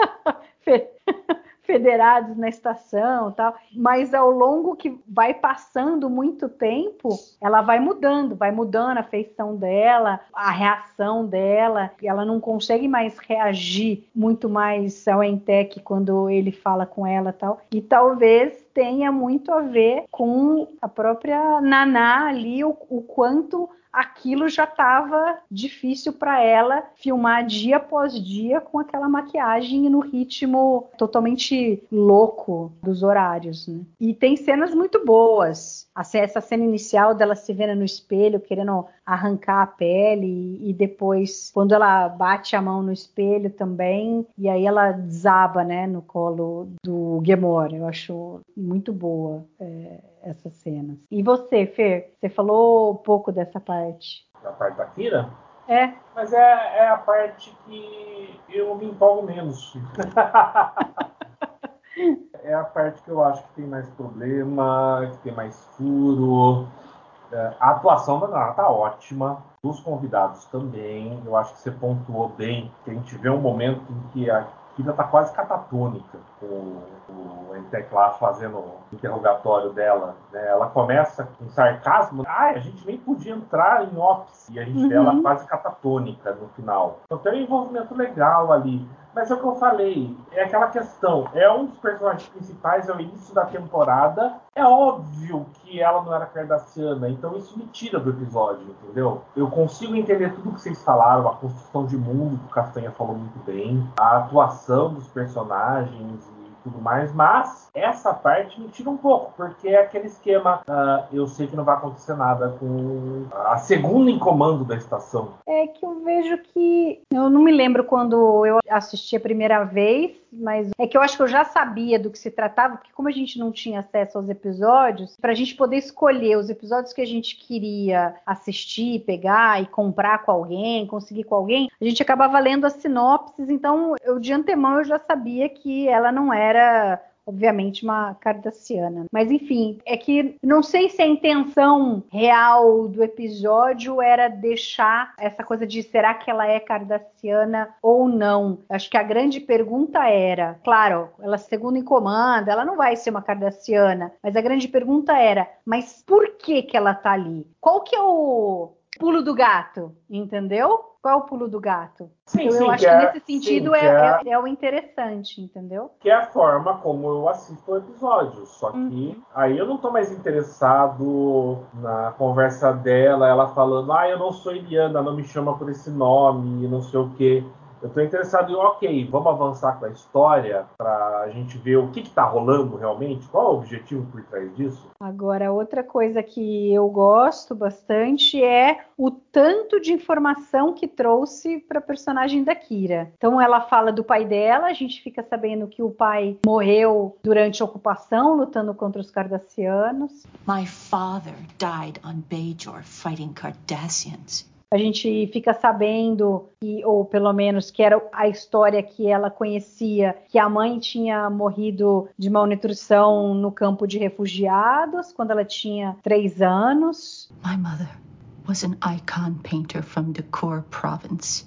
federados na estação e tal, mas ao longo que vai passando muito tempo, ela vai mudando a feição dela, a reação dela, e ela não consegue mais reagir muito mais ao Entec quando ele fala com ela e tal, e talvez tenha muito a ver com a própria Naná ali, o quanto aquilo já estava difícil para ela filmar dia após dia com aquela maquiagem e no ritmo totalmente louco dos horários, né? E tem cenas muito boas. Essa cena inicial dela se vendo no espelho, querendo arrancar a pele, e depois, quando ela bate a mão no espelho também, e aí ela desaba, né, no colo do Gamora. Eu acho muito boa essas cenas. E você, Fer? Você falou um pouco dessa parte. Da parte da Kira? É. Mas é a parte que eu me empolgo menos. É a parte que eu acho que tem mais problema, que tem mais furo. A atuação da Naná tá ótima. Dos convidados também. Eu acho que você pontuou bem. Que a gente vê um momento em que a Kira tá quase catatônica. O Entec lá fazendo o interrogatório dela, né? Ela começa com sarcasmo. A gente nem podia entrar em Ops. E a gente vê ela quase catatônica no final. Então tem um envolvimento legal ali. Mas é o que eu falei, é aquela questão, é um dos personagens principais, é o início da temporada, é óbvio que ela não era cardassiana, então isso me tira do episódio, entendeu? Eu consigo entender tudo que vocês falaram, a construção de mundo que o Castanha falou muito bem, a atuação dos personagens e tudo mais, mas essa parte me tira um pouco, porque é aquele esquema, eu sei que não vai acontecer nada com a segunda em comando da estação. É que eu vejo que, eu não me lembro quando eu assisti a primeira vez, mas é que eu acho que eu já sabia do que se tratava, porque como a gente não tinha acesso aos episódios, pra gente poder escolher os episódios que a gente queria assistir, pegar e comprar com alguém, conseguir com alguém, a gente acabava lendo as sinopses, então de antemão eu já sabia que ela não era, obviamente, uma cardassiana. Mas, enfim, é que não sei se a intenção real do episódio era deixar essa coisa de será que ela é cardassiana ou não. Acho que a grande pergunta era, claro, ela segundo em comando, ela não vai ser uma cardassiana, mas a grande pergunta era, mas por que ela tá ali? Qual que é o pulo do gato, entendeu? Qual é o pulo do gato? Sim, eu acho que nesse sentido é o interessante, entendeu? Que é a forma como eu assisto o episódio. Só que aí eu não tô mais interessado na conversa dela, ela falando, eu não sou Eliana, não me chama por esse nome, não sei o quê. Eu tô interessado em, ok, vamos avançar com a história pra gente ver o que tá rolando realmente, qual é o objetivo por trás disso. Agora, outra coisa que eu gosto bastante é o tanto de informação que trouxe para a personagem da Kira. Então, ela fala do pai dela, a gente fica sabendo que o pai morreu durante a ocupação, lutando contra os cardassianos. My father died on Bajor fighting Cardassians. A gente fica sabendo, ou pelo menos que era a história que ela conhecia, que a mãe tinha morrido de malnutrição no campo de refugiados, quando ela tinha 3 anos. My mother was an icon painter from Dakur province.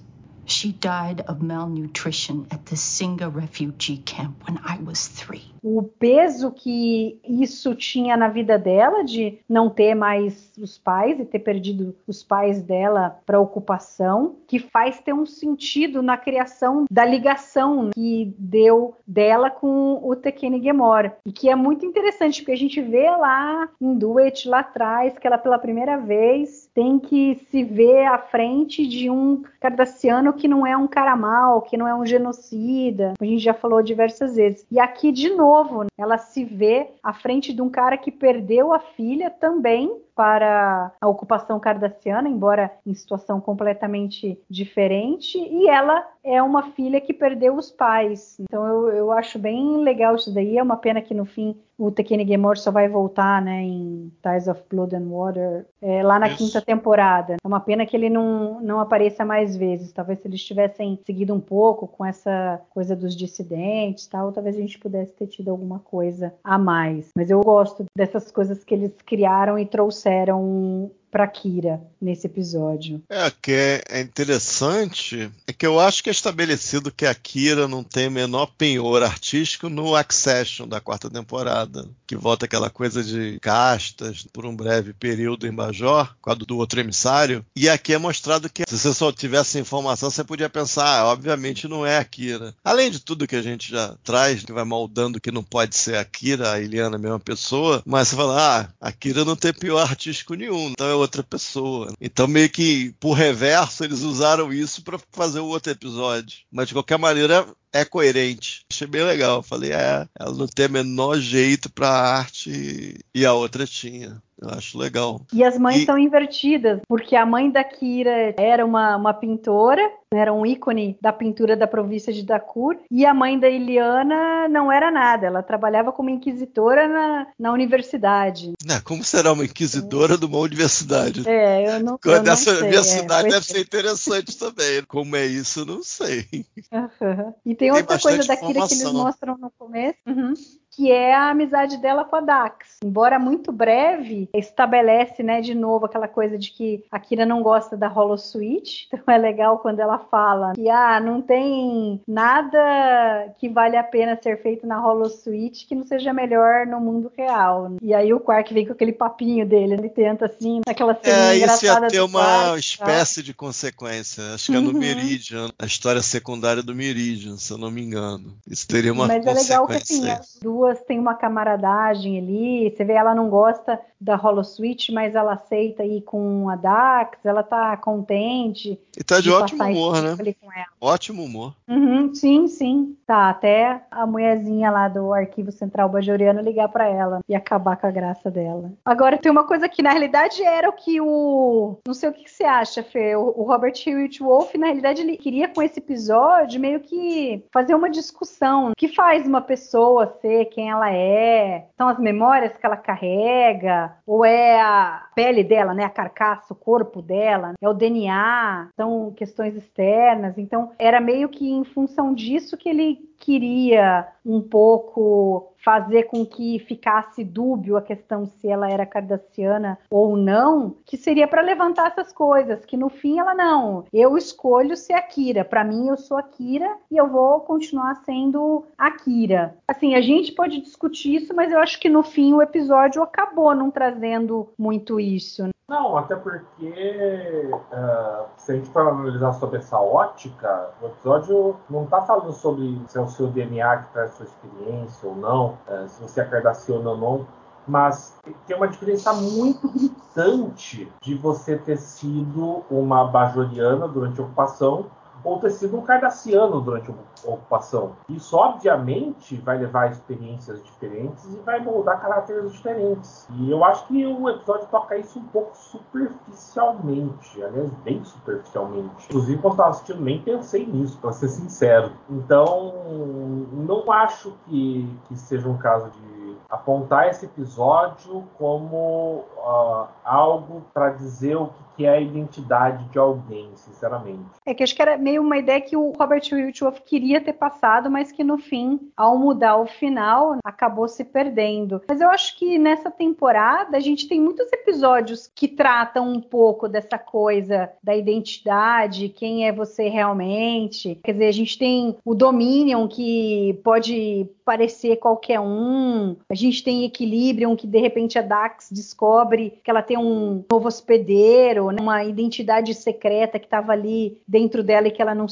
She died of malnutrition at the Singa refugee camp when I was 3. O peso que isso tinha na vida dela, de não ter mais os pais e ter perdido os pais dela para a ocupação, que faz ter um sentido na criação da ligação que deu dela com o Tekene Gemor. E que é muito interessante, porque a gente vê lá em Duet, lá atrás, que ela pela primeira vez tem que se ver à frente de um cardassiano que não é um cara mau, que não é um genocida. A gente já falou diversas vezes. E aqui, de novo, ela se vê à frente de um cara que perdeu a filha também para a ocupação cardassiana, embora em situação completamente diferente, e ela é uma filha que perdeu os pais. Então eu acho bem legal isso daí. É uma pena que no fim o Tekene Gemor só vai voltar, né, em Ties of Blood and Water, lá na quinta temporada. É uma pena que ele não apareça mais vezes. Talvez se eles tivessem seguido um pouco com essa coisa dos dissidentes, tal, talvez a gente pudesse ter tido alguma coisa a mais. Mas eu gosto dessas coisas que eles criaram e trouxeram para Kira nesse episódio. Que é interessante é que eu acho que é estabelecido que a Kira não tem o menor penhor artístico no Accession da 4ª temporada, que volta aquela coisa de castas por um breve período em Bajor, quadro do outro emissário, e aqui é mostrado que se você só tivesse informação, você podia pensar, obviamente não é a Kira. Além de tudo que a gente já traz, que vai moldando que não pode ser a Kira, a Illyana é a mesma pessoa, mas você fala, a Kira não tem penhor artístico nenhum, então é outra pessoa. Então meio que por reverso eles usaram isso para fazer o outro episódio. Mas de qualquer maneira é coerente. Achei bem legal. Falei, ela não tem o menor jeito pra arte e a outra tinha. Eu acho legal. E as mães são invertidas, porque a mãe da Kira era uma pintora, era um ícone da pintura da província de Dakur, e a mãe da Illyana não era nada, ela trabalhava como inquisitora na universidade. Como será uma inquisidora de uma universidade? Eu não sei. Universidade deve ser interessante também. Como é isso, eu não sei. Uhum. E tem outra coisa da Kira que eles mostram no começo, que é a amizade dela com a Dax. Embora muito breve, estabelece, né, de novo aquela coisa de que a Kira não gosta da Holosuite. Então é legal quando ela fala que não tem nada que vale a pena ser feito na Holosuite que não seja melhor no mundo real. E aí o Quark vem com aquele papinho dele, ele tenta assim, naquela cena engraçada. Isso ia ter uma espécie de consequência. Acho que é no Meridian, a história secundária do Meridian, se eu não me engano. Isso teria uma consequência. Mas é legal que assim, as duas têm uma camaradagem ali, você vê, ela não gosta da Holosuite, mas ela aceita ir com a Dax, ela tá contente. E tá de ótimo humor, né? Ótimo humor. Sim. Tá, até a mulherzinha lá do Arquivo Central Bajoriano ligar pra ela e acabar com a graça dela. Agora, tem uma coisa que na realidade era o que não sei o que você acha, Fê, o Robert Hewitt Wolfe, na realidade, ele queria com esse episódio meio que fazer uma discussão. O que faz uma pessoa ser quem ela é? São as memórias que ela carrega? Ou é a pele dela, né? A carcaça, o corpo dela? É o DNA? São questões externas? Então, era meio que em função disso que ele queria um pouco fazer com que ficasse dúbio a questão se ela era cardassiana ou não, que seria para levantar essas coisas, que no fim ela não, eu escolho ser a Kira, para mim eu sou a Kira e eu vou continuar sendo a Kira. Assim, a gente pode discutir isso, mas eu acho que no fim o episódio acabou não trazendo muito isso. Não, até porque se a gente for analisar sobre essa ótica, o episódio não está falando sobre se é o seu DNA que traz sua experiência ou não, se você é cardassiano ou não, mas tem uma diferença muito gritante de você ter sido uma bajoriana durante a ocupação ou ter sido um cardassiano durante a ocupação. Isso, obviamente, vai levar a experiências diferentes e vai moldar caráteres diferentes. E eu acho que o episódio toca isso um pouco superficialmente, aliás, bem superficialmente. Inclusive, quando eu estava assistindo, nem pensei nisso, para ser sincero. Então, não acho que seja um caso de apontar esse episódio como algo para dizer o que é a identidade de alguém, sinceramente. É que acho que era meio uma ideia que o Robert Whitworth queria ter passado, mas que no fim, ao mudar o final, acabou se perdendo. Mas eu acho que nessa temporada a gente tem muitos episódios que tratam um pouco dessa coisa da identidade, quem é você realmente. Quer dizer, a gente tem o Dominion, que pode parecer qualquer um. A gente tem Equilibrium, que de repente a Dax descobre que ela tem um novo hospedeiro, né? Uma identidade secreta que estava ali dentro dela e que ela não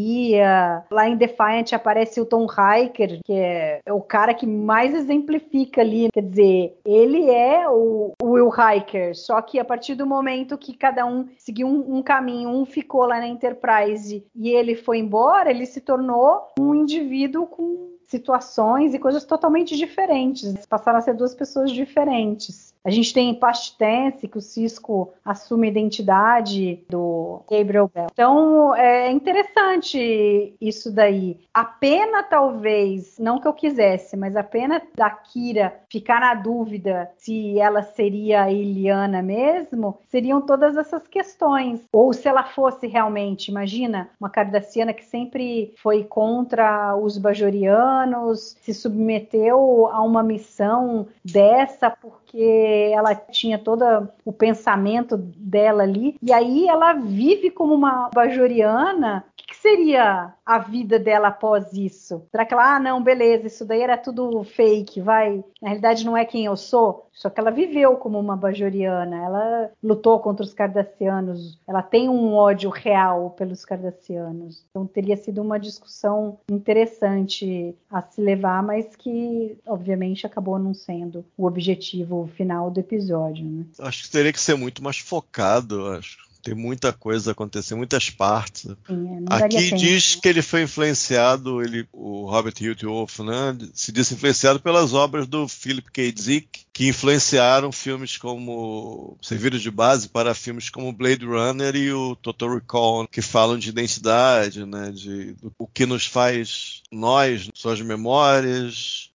sabia. Lá em Defiant aparece o Tom Riker, que é o cara que mais exemplifica ali. Quer dizer, ele é o Will Riker, só que a partir do momento que cada um seguiu um caminho, um ficou lá na Enterprise e ele foi embora, ele se tornou um indivíduo com situações e coisas totalmente diferentes. Passaram a ser duas pessoas diferentes. A gente tem Past Tense, que o Sisko assume a identidade do Gabriel Bell. Então, é interessante isso daí. A pena, talvez, não que eu quisesse, mas a pena da Kira ficar na dúvida se ela seria a Illyana mesmo, seriam todas essas questões. Ou se ela fosse realmente, imagina, uma cardassiana que sempre foi contra os bajorianos, se submeteu a uma missão dessa porque ela tinha todo o pensamento dela ali, e aí ela vive como uma bajoriana. O que seria a vida dela após isso? Será que ela, não, beleza, isso daí era tudo fake, vai, na realidade não é quem eu sou? Só que ela viveu como uma bajoriana, ela lutou contra os cardassianos, ela tem um ódio real pelos cardassianos. Então teria sido uma discussão interessante a se levar, mas que obviamente acabou não sendo o objetivo final do episódio, né? Acho que teria que ser muito mais focado, acho. Tem muita coisa acontecendo, muitas partes. Sim, aqui diz que ele foi influenciado, o Robert Whitworth, né, se disse influenciado pelas obras do Philip K. Dick, que influenciaram filmes como, serviram de base para filmes como Blade Runner e o Total Recall, que falam de identidade, né, o que nos faz nós, suas memórias,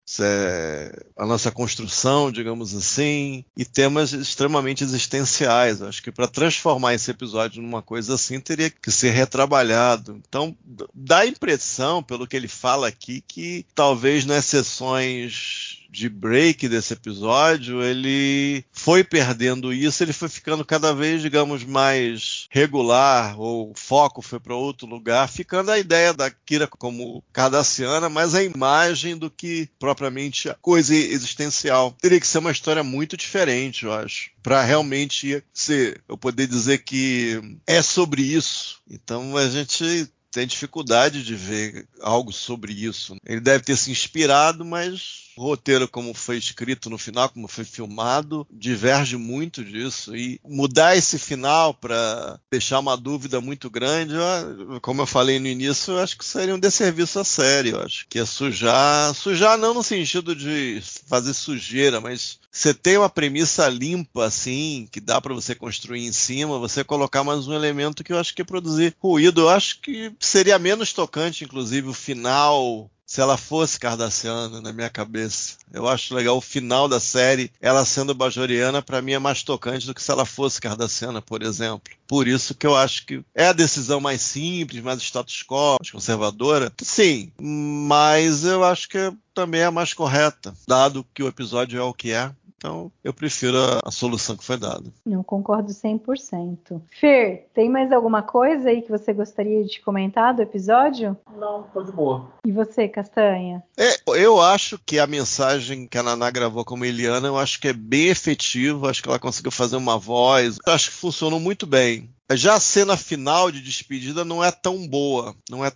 a nossa construção, digamos assim, e temas extremamente existenciais. Acho que para transformar esse episódio numa coisa assim, teria que ser retrabalhado. Então, dá a impressão, pelo que ele fala aqui, que talvez nas sessões de break desse episódio, ele foi perdendo isso, ele foi ficando cada vez, digamos, mais regular, ou o foco foi para outro lugar, ficando a ideia da Kira como cardassiana, mas a imagem do que propriamente a coisa existencial. Teria que ser uma história muito diferente, eu acho, para realmente eu poder dizer que é sobre isso. Então a gente tem dificuldade de ver algo sobre isso. Ele deve ter se inspirado, mas o roteiro, como foi escrito no final, como foi filmado, diverge muito disso. E mudar esse final para deixar uma dúvida muito grande, como eu falei no início, eu acho que seria um desserviço à série. Eu acho que é sujar não no sentido de fazer sujeira, mas você tem uma premissa limpa, assim, que dá para você construir em cima, você colocar mais um elemento que eu acho que é produzir ruído. Eu acho que seria menos tocante, inclusive, o final, se ela fosse cardassiana, na minha cabeça. Eu acho legal o final da série, ela sendo bajoriana, para mim é mais tocante do que se ela fosse cardassiana, por exemplo. Por isso que eu acho que é a decisão mais simples, mais status quo, mais conservadora. Sim, mas eu acho que também é a mais correta, dado que o episódio é o que é. Então, eu prefiro a solução que foi dada. Eu concordo 100%. Fer, tem mais alguma coisa aí que você gostaria de comentar do episódio? Não, tô de boa. E você, Castanha? Eu acho que a mensagem que a Naná gravou como Illyana, eu acho que é bem efetiva, acho que ela conseguiu fazer uma voz, eu acho que funcionou muito bem. Já a cena final de despedida não é tão boa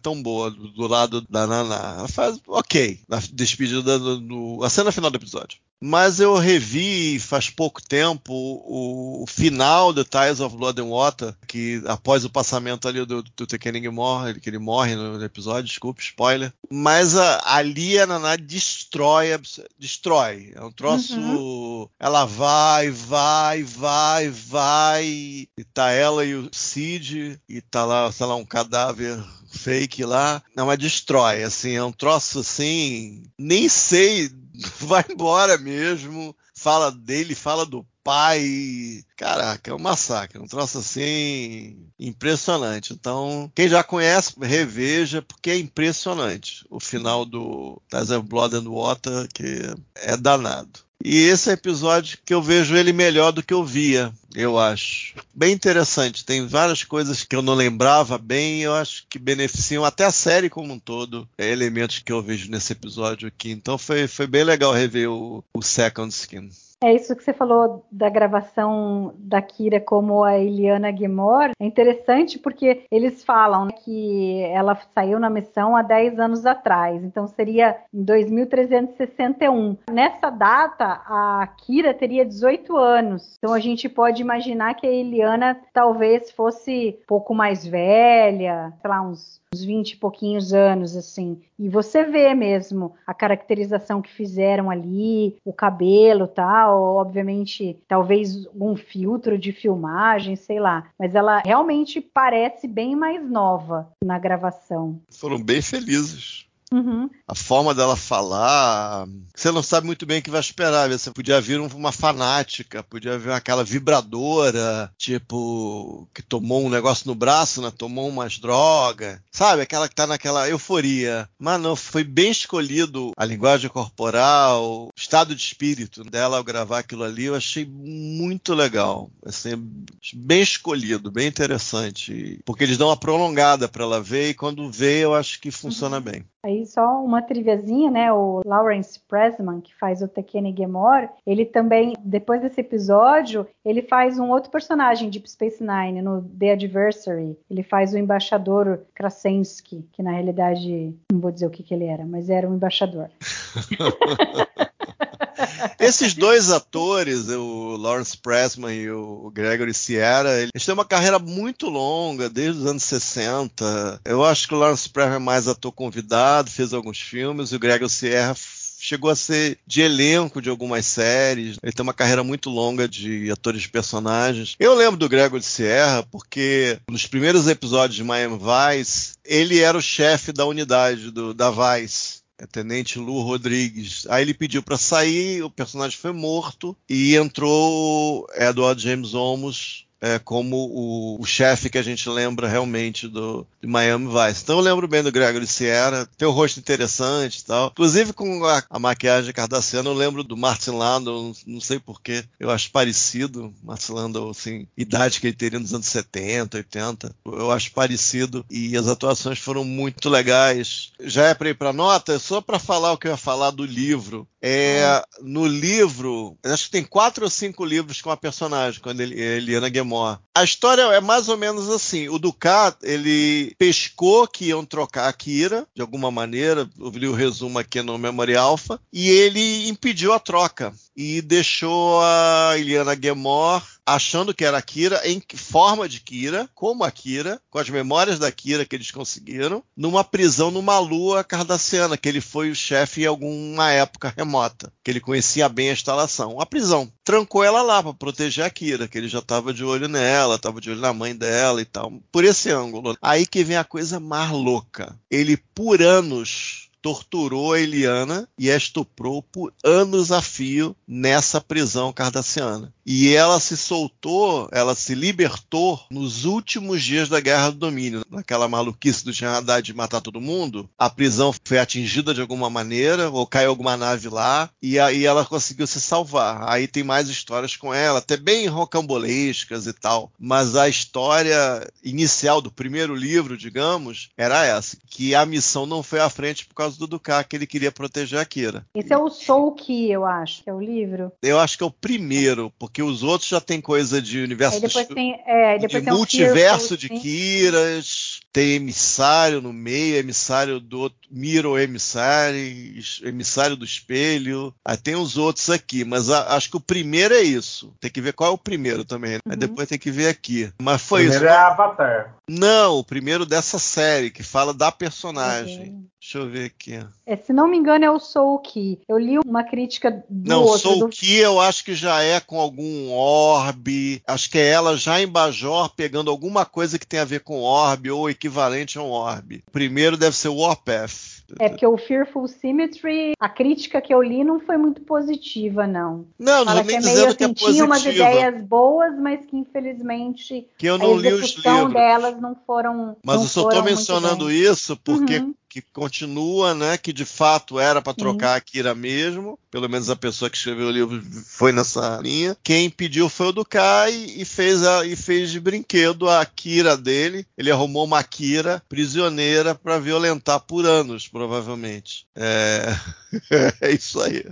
do lado da Naná. Ela faz ok, na despedida a cena final do episódio. Mas eu revi faz pouco tempo o final de Ties of Blood and Water, que após o passamento ali do Tekening morre, que ele morre no episódio, desculpa, spoiler. Mas ali a Naná destrói. É um troço. Ela vai, e tá ela e o Cid, e tá lá, sei lá, um cadáver fake lá. Não, mas destrói, assim, é um troço assim, nem sei, vai embora mesmo. Fala dele, fala do pai. Caraca, é um massacre, um troço assim impressionante. Então, quem já conhece, reveja, porque é impressionante. O final do Ties of Blood and Water, que é danado. E esse é o episódio que eu vejo ele melhor do que eu via, eu acho. Bem interessante, tem várias coisas que eu não lembrava bem e eu acho que beneficiam até a série como um todo, elementos que eu vejo nesse episódio aqui. Então foi bem legal rever o Second Skin. É isso que você falou da gravação da Kira como a Illyana Gilmore. É interessante porque eles falam, né, que ela saiu na missão há 10 anos atrás. Então seria em 2361. Nessa data, a Kira teria 18 anos. Então a gente pode imaginar que a Illyana talvez fosse um pouco mais velha, sei lá, uns 20 e pouquinhos anos, assim. E você vê mesmo a caracterização que fizeram ali, o cabelo e tal, obviamente, talvez um filtro de filmagem, sei lá. Mas ela realmente parece bem mais nova na gravação. Foram bem felizes. Uhum. A forma dela falar, você não sabe muito bem o que vai esperar. Você podia vir uma fanática, podia vir aquela vibradora, tipo, que tomou um negócio no braço, né? Tomou umas drogas, sabe? Aquela que tá naquela euforia. Mas não, foi bem escolhido a linguagem corporal, o estado de espírito dela ao gravar aquilo ali. Eu achei muito legal, assim, bem escolhido, bem interessante. Porque eles dão uma prolongada para ela ver e quando vê, eu acho que funciona bem. Aí só uma triviazinha, né? O Lawrence Pressman, que faz o Tekene Gemor, ele também, depois desse episódio, ele faz um outro personagem de Deep Space Nine, no The Adversary. Ele faz o embaixador Krasinski, que na realidade, não vou dizer o que ele era, mas era um embaixador. Esses dois atores, o Lawrence Pressman e o Gregory Sierra, eles têm uma carreira muito longa, desde os anos 60. Eu acho que o Lawrence Pressman é mais ator convidado, fez alguns filmes, e o Gregory Sierra chegou a ser de elenco de algumas séries. Ele tem uma carreira muito longa de atores de personagens. Eu lembro do Gregory Sierra porque nos primeiros episódios de Miami Vice, ele era o chefe da unidade da Vice. Tenente Lu Rodrigues. Aí ele pediu para sair, o personagem foi morto e entrou Edward James Olmos como o chefe que a gente lembra realmente de Miami Vice. Então eu lembro bem do Gregory Sierra, tem o rosto interessante e tal. Inclusive com a maquiagem cardassiana, eu lembro do Martin Landau, não sei porquê, eu acho parecido. Martin Landau, assim, idade que ele teria nos anos 70, 80, eu acho parecido e as atuações foram muito legais. Já é para ir para nota? Só para falar o que eu ia falar do livro. No livro, acho que tem 4 ou 5 livros com a personagem, quando Illyana Gilmore. A história é mais ou menos assim. O Dukat, ele pescou que iam trocar a Kira, de alguma maneira, eu li o resumo aqui no Memory Alpha, e ele impediu a troca. E deixou a Illyana Gilmore achando que era a Kira, em forma de Kira, como a Kira, com as memórias da Kira que eles conseguiram, numa prisão numa lua cardassiana, que ele foi o chefe em alguma época remota, que ele conhecia bem a instalação. A prisão. Trancou ela lá para proteger a Kira, que ele já estava de olho nela, estava de olho na mãe dela e tal. Por esse ângulo. Aí que vem a coisa mais louca. Ele, por anos, torturou a Illyana e a estuprou por anos a fio nessa prisão cardassiana. E ela se soltou, ela se libertou nos últimos dias da Guerra do Domínio. Naquela maluquice do Jean Haddad de matar todo mundo, a prisão foi atingida de alguma maneira, ou caiu alguma nave lá, e aí ela conseguiu se salvar. Aí tem mais histórias com ela, até bem rocambolescas e tal. Mas a história inicial do primeiro livro, digamos, era essa, que a missão não foi à frente por causa do Dukat, que ele queria proteger a Kira. Esse é o Soul Key, eu acho, que é o livro. Eu acho que é o primeiro, porque os outros já tem coisa de universo depois tem multiverso de Kiras, tem emissário no meio, emissário do outro, Miro emissário do espelho. Aí tem os outros aqui, mas acho que o primeiro é isso. Tem que ver qual é o primeiro também, né? Aí depois tem que ver aqui. Mas foi isso. O primeiro é Avatar. Não, o primeiro dessa série, que fala da personagem. Deixa eu ver aqui. Se não me engano, é o Soul Key. Eu li uma crítica do outro. Soul Key eu acho que já é com algum orbe. Acho que é ela já em Bajor pegando alguma coisa que tem a ver com orbe ou equivalente a um orbe. O primeiro deve ser o Warpath. É porque o Fearful Symmetry, a crítica que eu li não foi muito positiva, não. Não Fala tô que nem é meio dizendo assim, que é tinha umas positiva. ideias boas, mas que infelizmente Que eu a não li os execução livros. delas não foram. Mas não eu só estou foram muito mencionando bem. isso porque Uhum. que continua, né? Que de fato era para Sim. trocar a Kira mesmo. Pelo menos a pessoa que escreveu o livro foi nessa linha. Quem pediu foi o Dukai e fez de brinquedo a Kira dele. Ele arrumou uma Kira prisioneira para violentar por anos, provavelmente. É isso aí.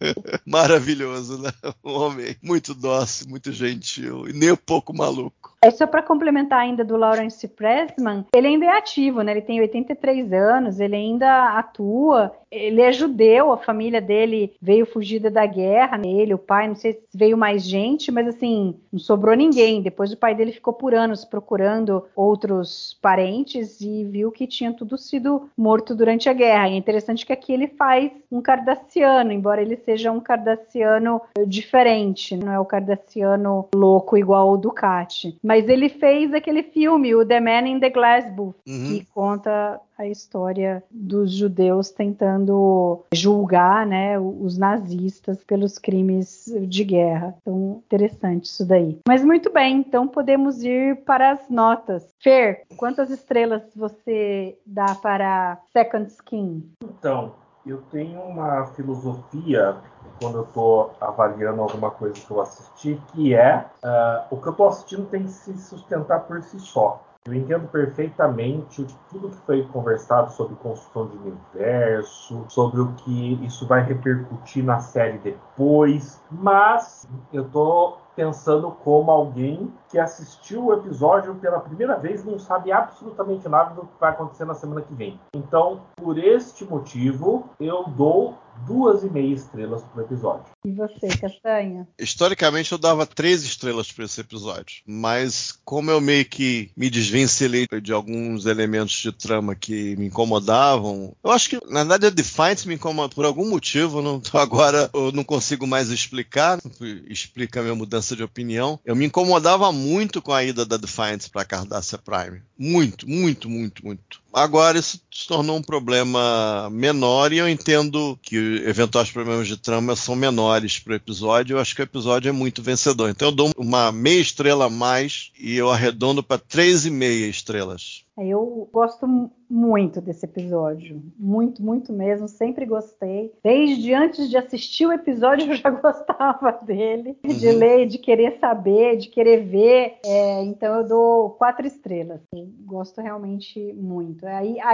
Maravilhoso, né? Um homem muito dócil, muito gentil e nem um pouco maluco. É só para complementar ainda do Lawrence Pressman, ele ainda é ativo, né? Ele tem 83 anos, ele ainda atua, ele é judeu, a família dele veio fugida da guerra, ele, o pai, não sei se veio mais gente, mas assim, não sobrou ninguém. Depois o pai dele ficou por anos procurando outros parentes e viu que tinha tudo sido morto durante a guerra. E é interessante que aqui ele faz um cardassiano, embora ele seja um cardassiano diferente, não é o cardassiano louco igual o Ducati. Mas ele fez aquele filme, o The Man in the Glass Booth, que conta a história dos judeus tentando julgar, né, os nazistas pelos crimes de guerra. Então, interessante isso daí. Mas muito bem, então podemos ir para as notas. Fer, quantas estrelas você dá para Second Skin? Então, eu tenho uma filosofia quando eu estou avaliando alguma coisa que eu assisti, que é o que eu estou assistindo tem que se sustentar por si só. Eu entendo perfeitamente tudo que foi conversado sobre construção de universo, sobre o que isso vai repercutir na série depois, mas eu estou pensando como alguém que assistiu o episódio pela primeira vez e não sabe absolutamente nada do que vai acontecer na semana que vem. Então, por este motivo, eu dou 2,5 estrelas pro episódio. E você, Castanha? Historicamente, eu dava 3 estrelas para esse episódio, mas como eu meio que me desvencilhei de alguns elementos de trama que me incomodavam, eu acho que, na verdade, a Defiance me incomoda por algum motivo, agora eu não consigo mais explicar, explica a minha mudança de opinião. Eu me incomodava muito com a ida da Defiance para Cardassia Prime. Muito, muito, muito, muito. Agora isso se tornou um problema menor e eu entendo que eventuais problemas de trama são menores para o episódio. Eu acho que o episódio é muito vencedor. Então eu dou uma meia estrela a mais e eu arredondo para 3,5 estrelas. Eu gosto muito desse episódio, muito, muito mesmo, sempre gostei. Desde antes de assistir o episódio eu já gostava dele, de ler, de querer saber, de querer ver. Então eu dou 4 estrelas. Eu gosto realmente muito.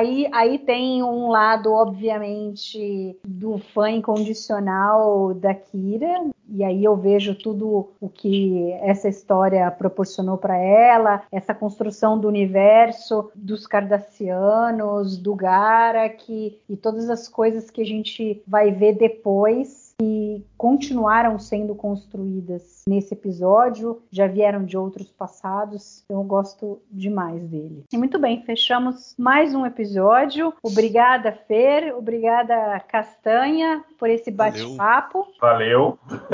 Aí tem um lado, obviamente, do fã incondicional da Kira. E aí eu vejo tudo o que essa história proporcionou para ela, essa construção do universo, dos Cardassianos, do Garak e todas as coisas que a gente vai ver depois que continuaram sendo construídas nesse episódio, já vieram de outros passados, eu gosto demais dele. E muito bem, fechamos mais um episódio. Obrigada, Fer, obrigada, Castanha, por esse bate-papo. Valeu.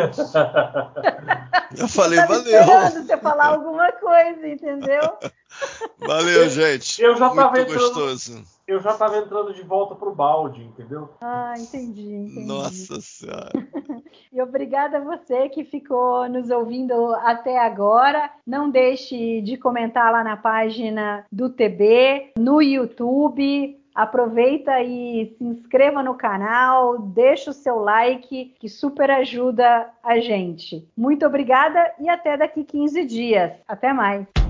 Eu falei, eu tava valeu. esperando você falar alguma coisa, entendeu? Valeu, gente. Eu já tava muito gostoso. Eu já estava entrando de volta pro balde, entendeu? Ah, entendi. Nossa Senhora. E obrigada a você que ficou nos ouvindo até agora. Não deixe de comentar lá na página do TB, no YouTube. Aproveita e se inscreva no canal, deixa o seu like, que super ajuda a gente. Muito obrigada e até daqui 15 dias. Até mais.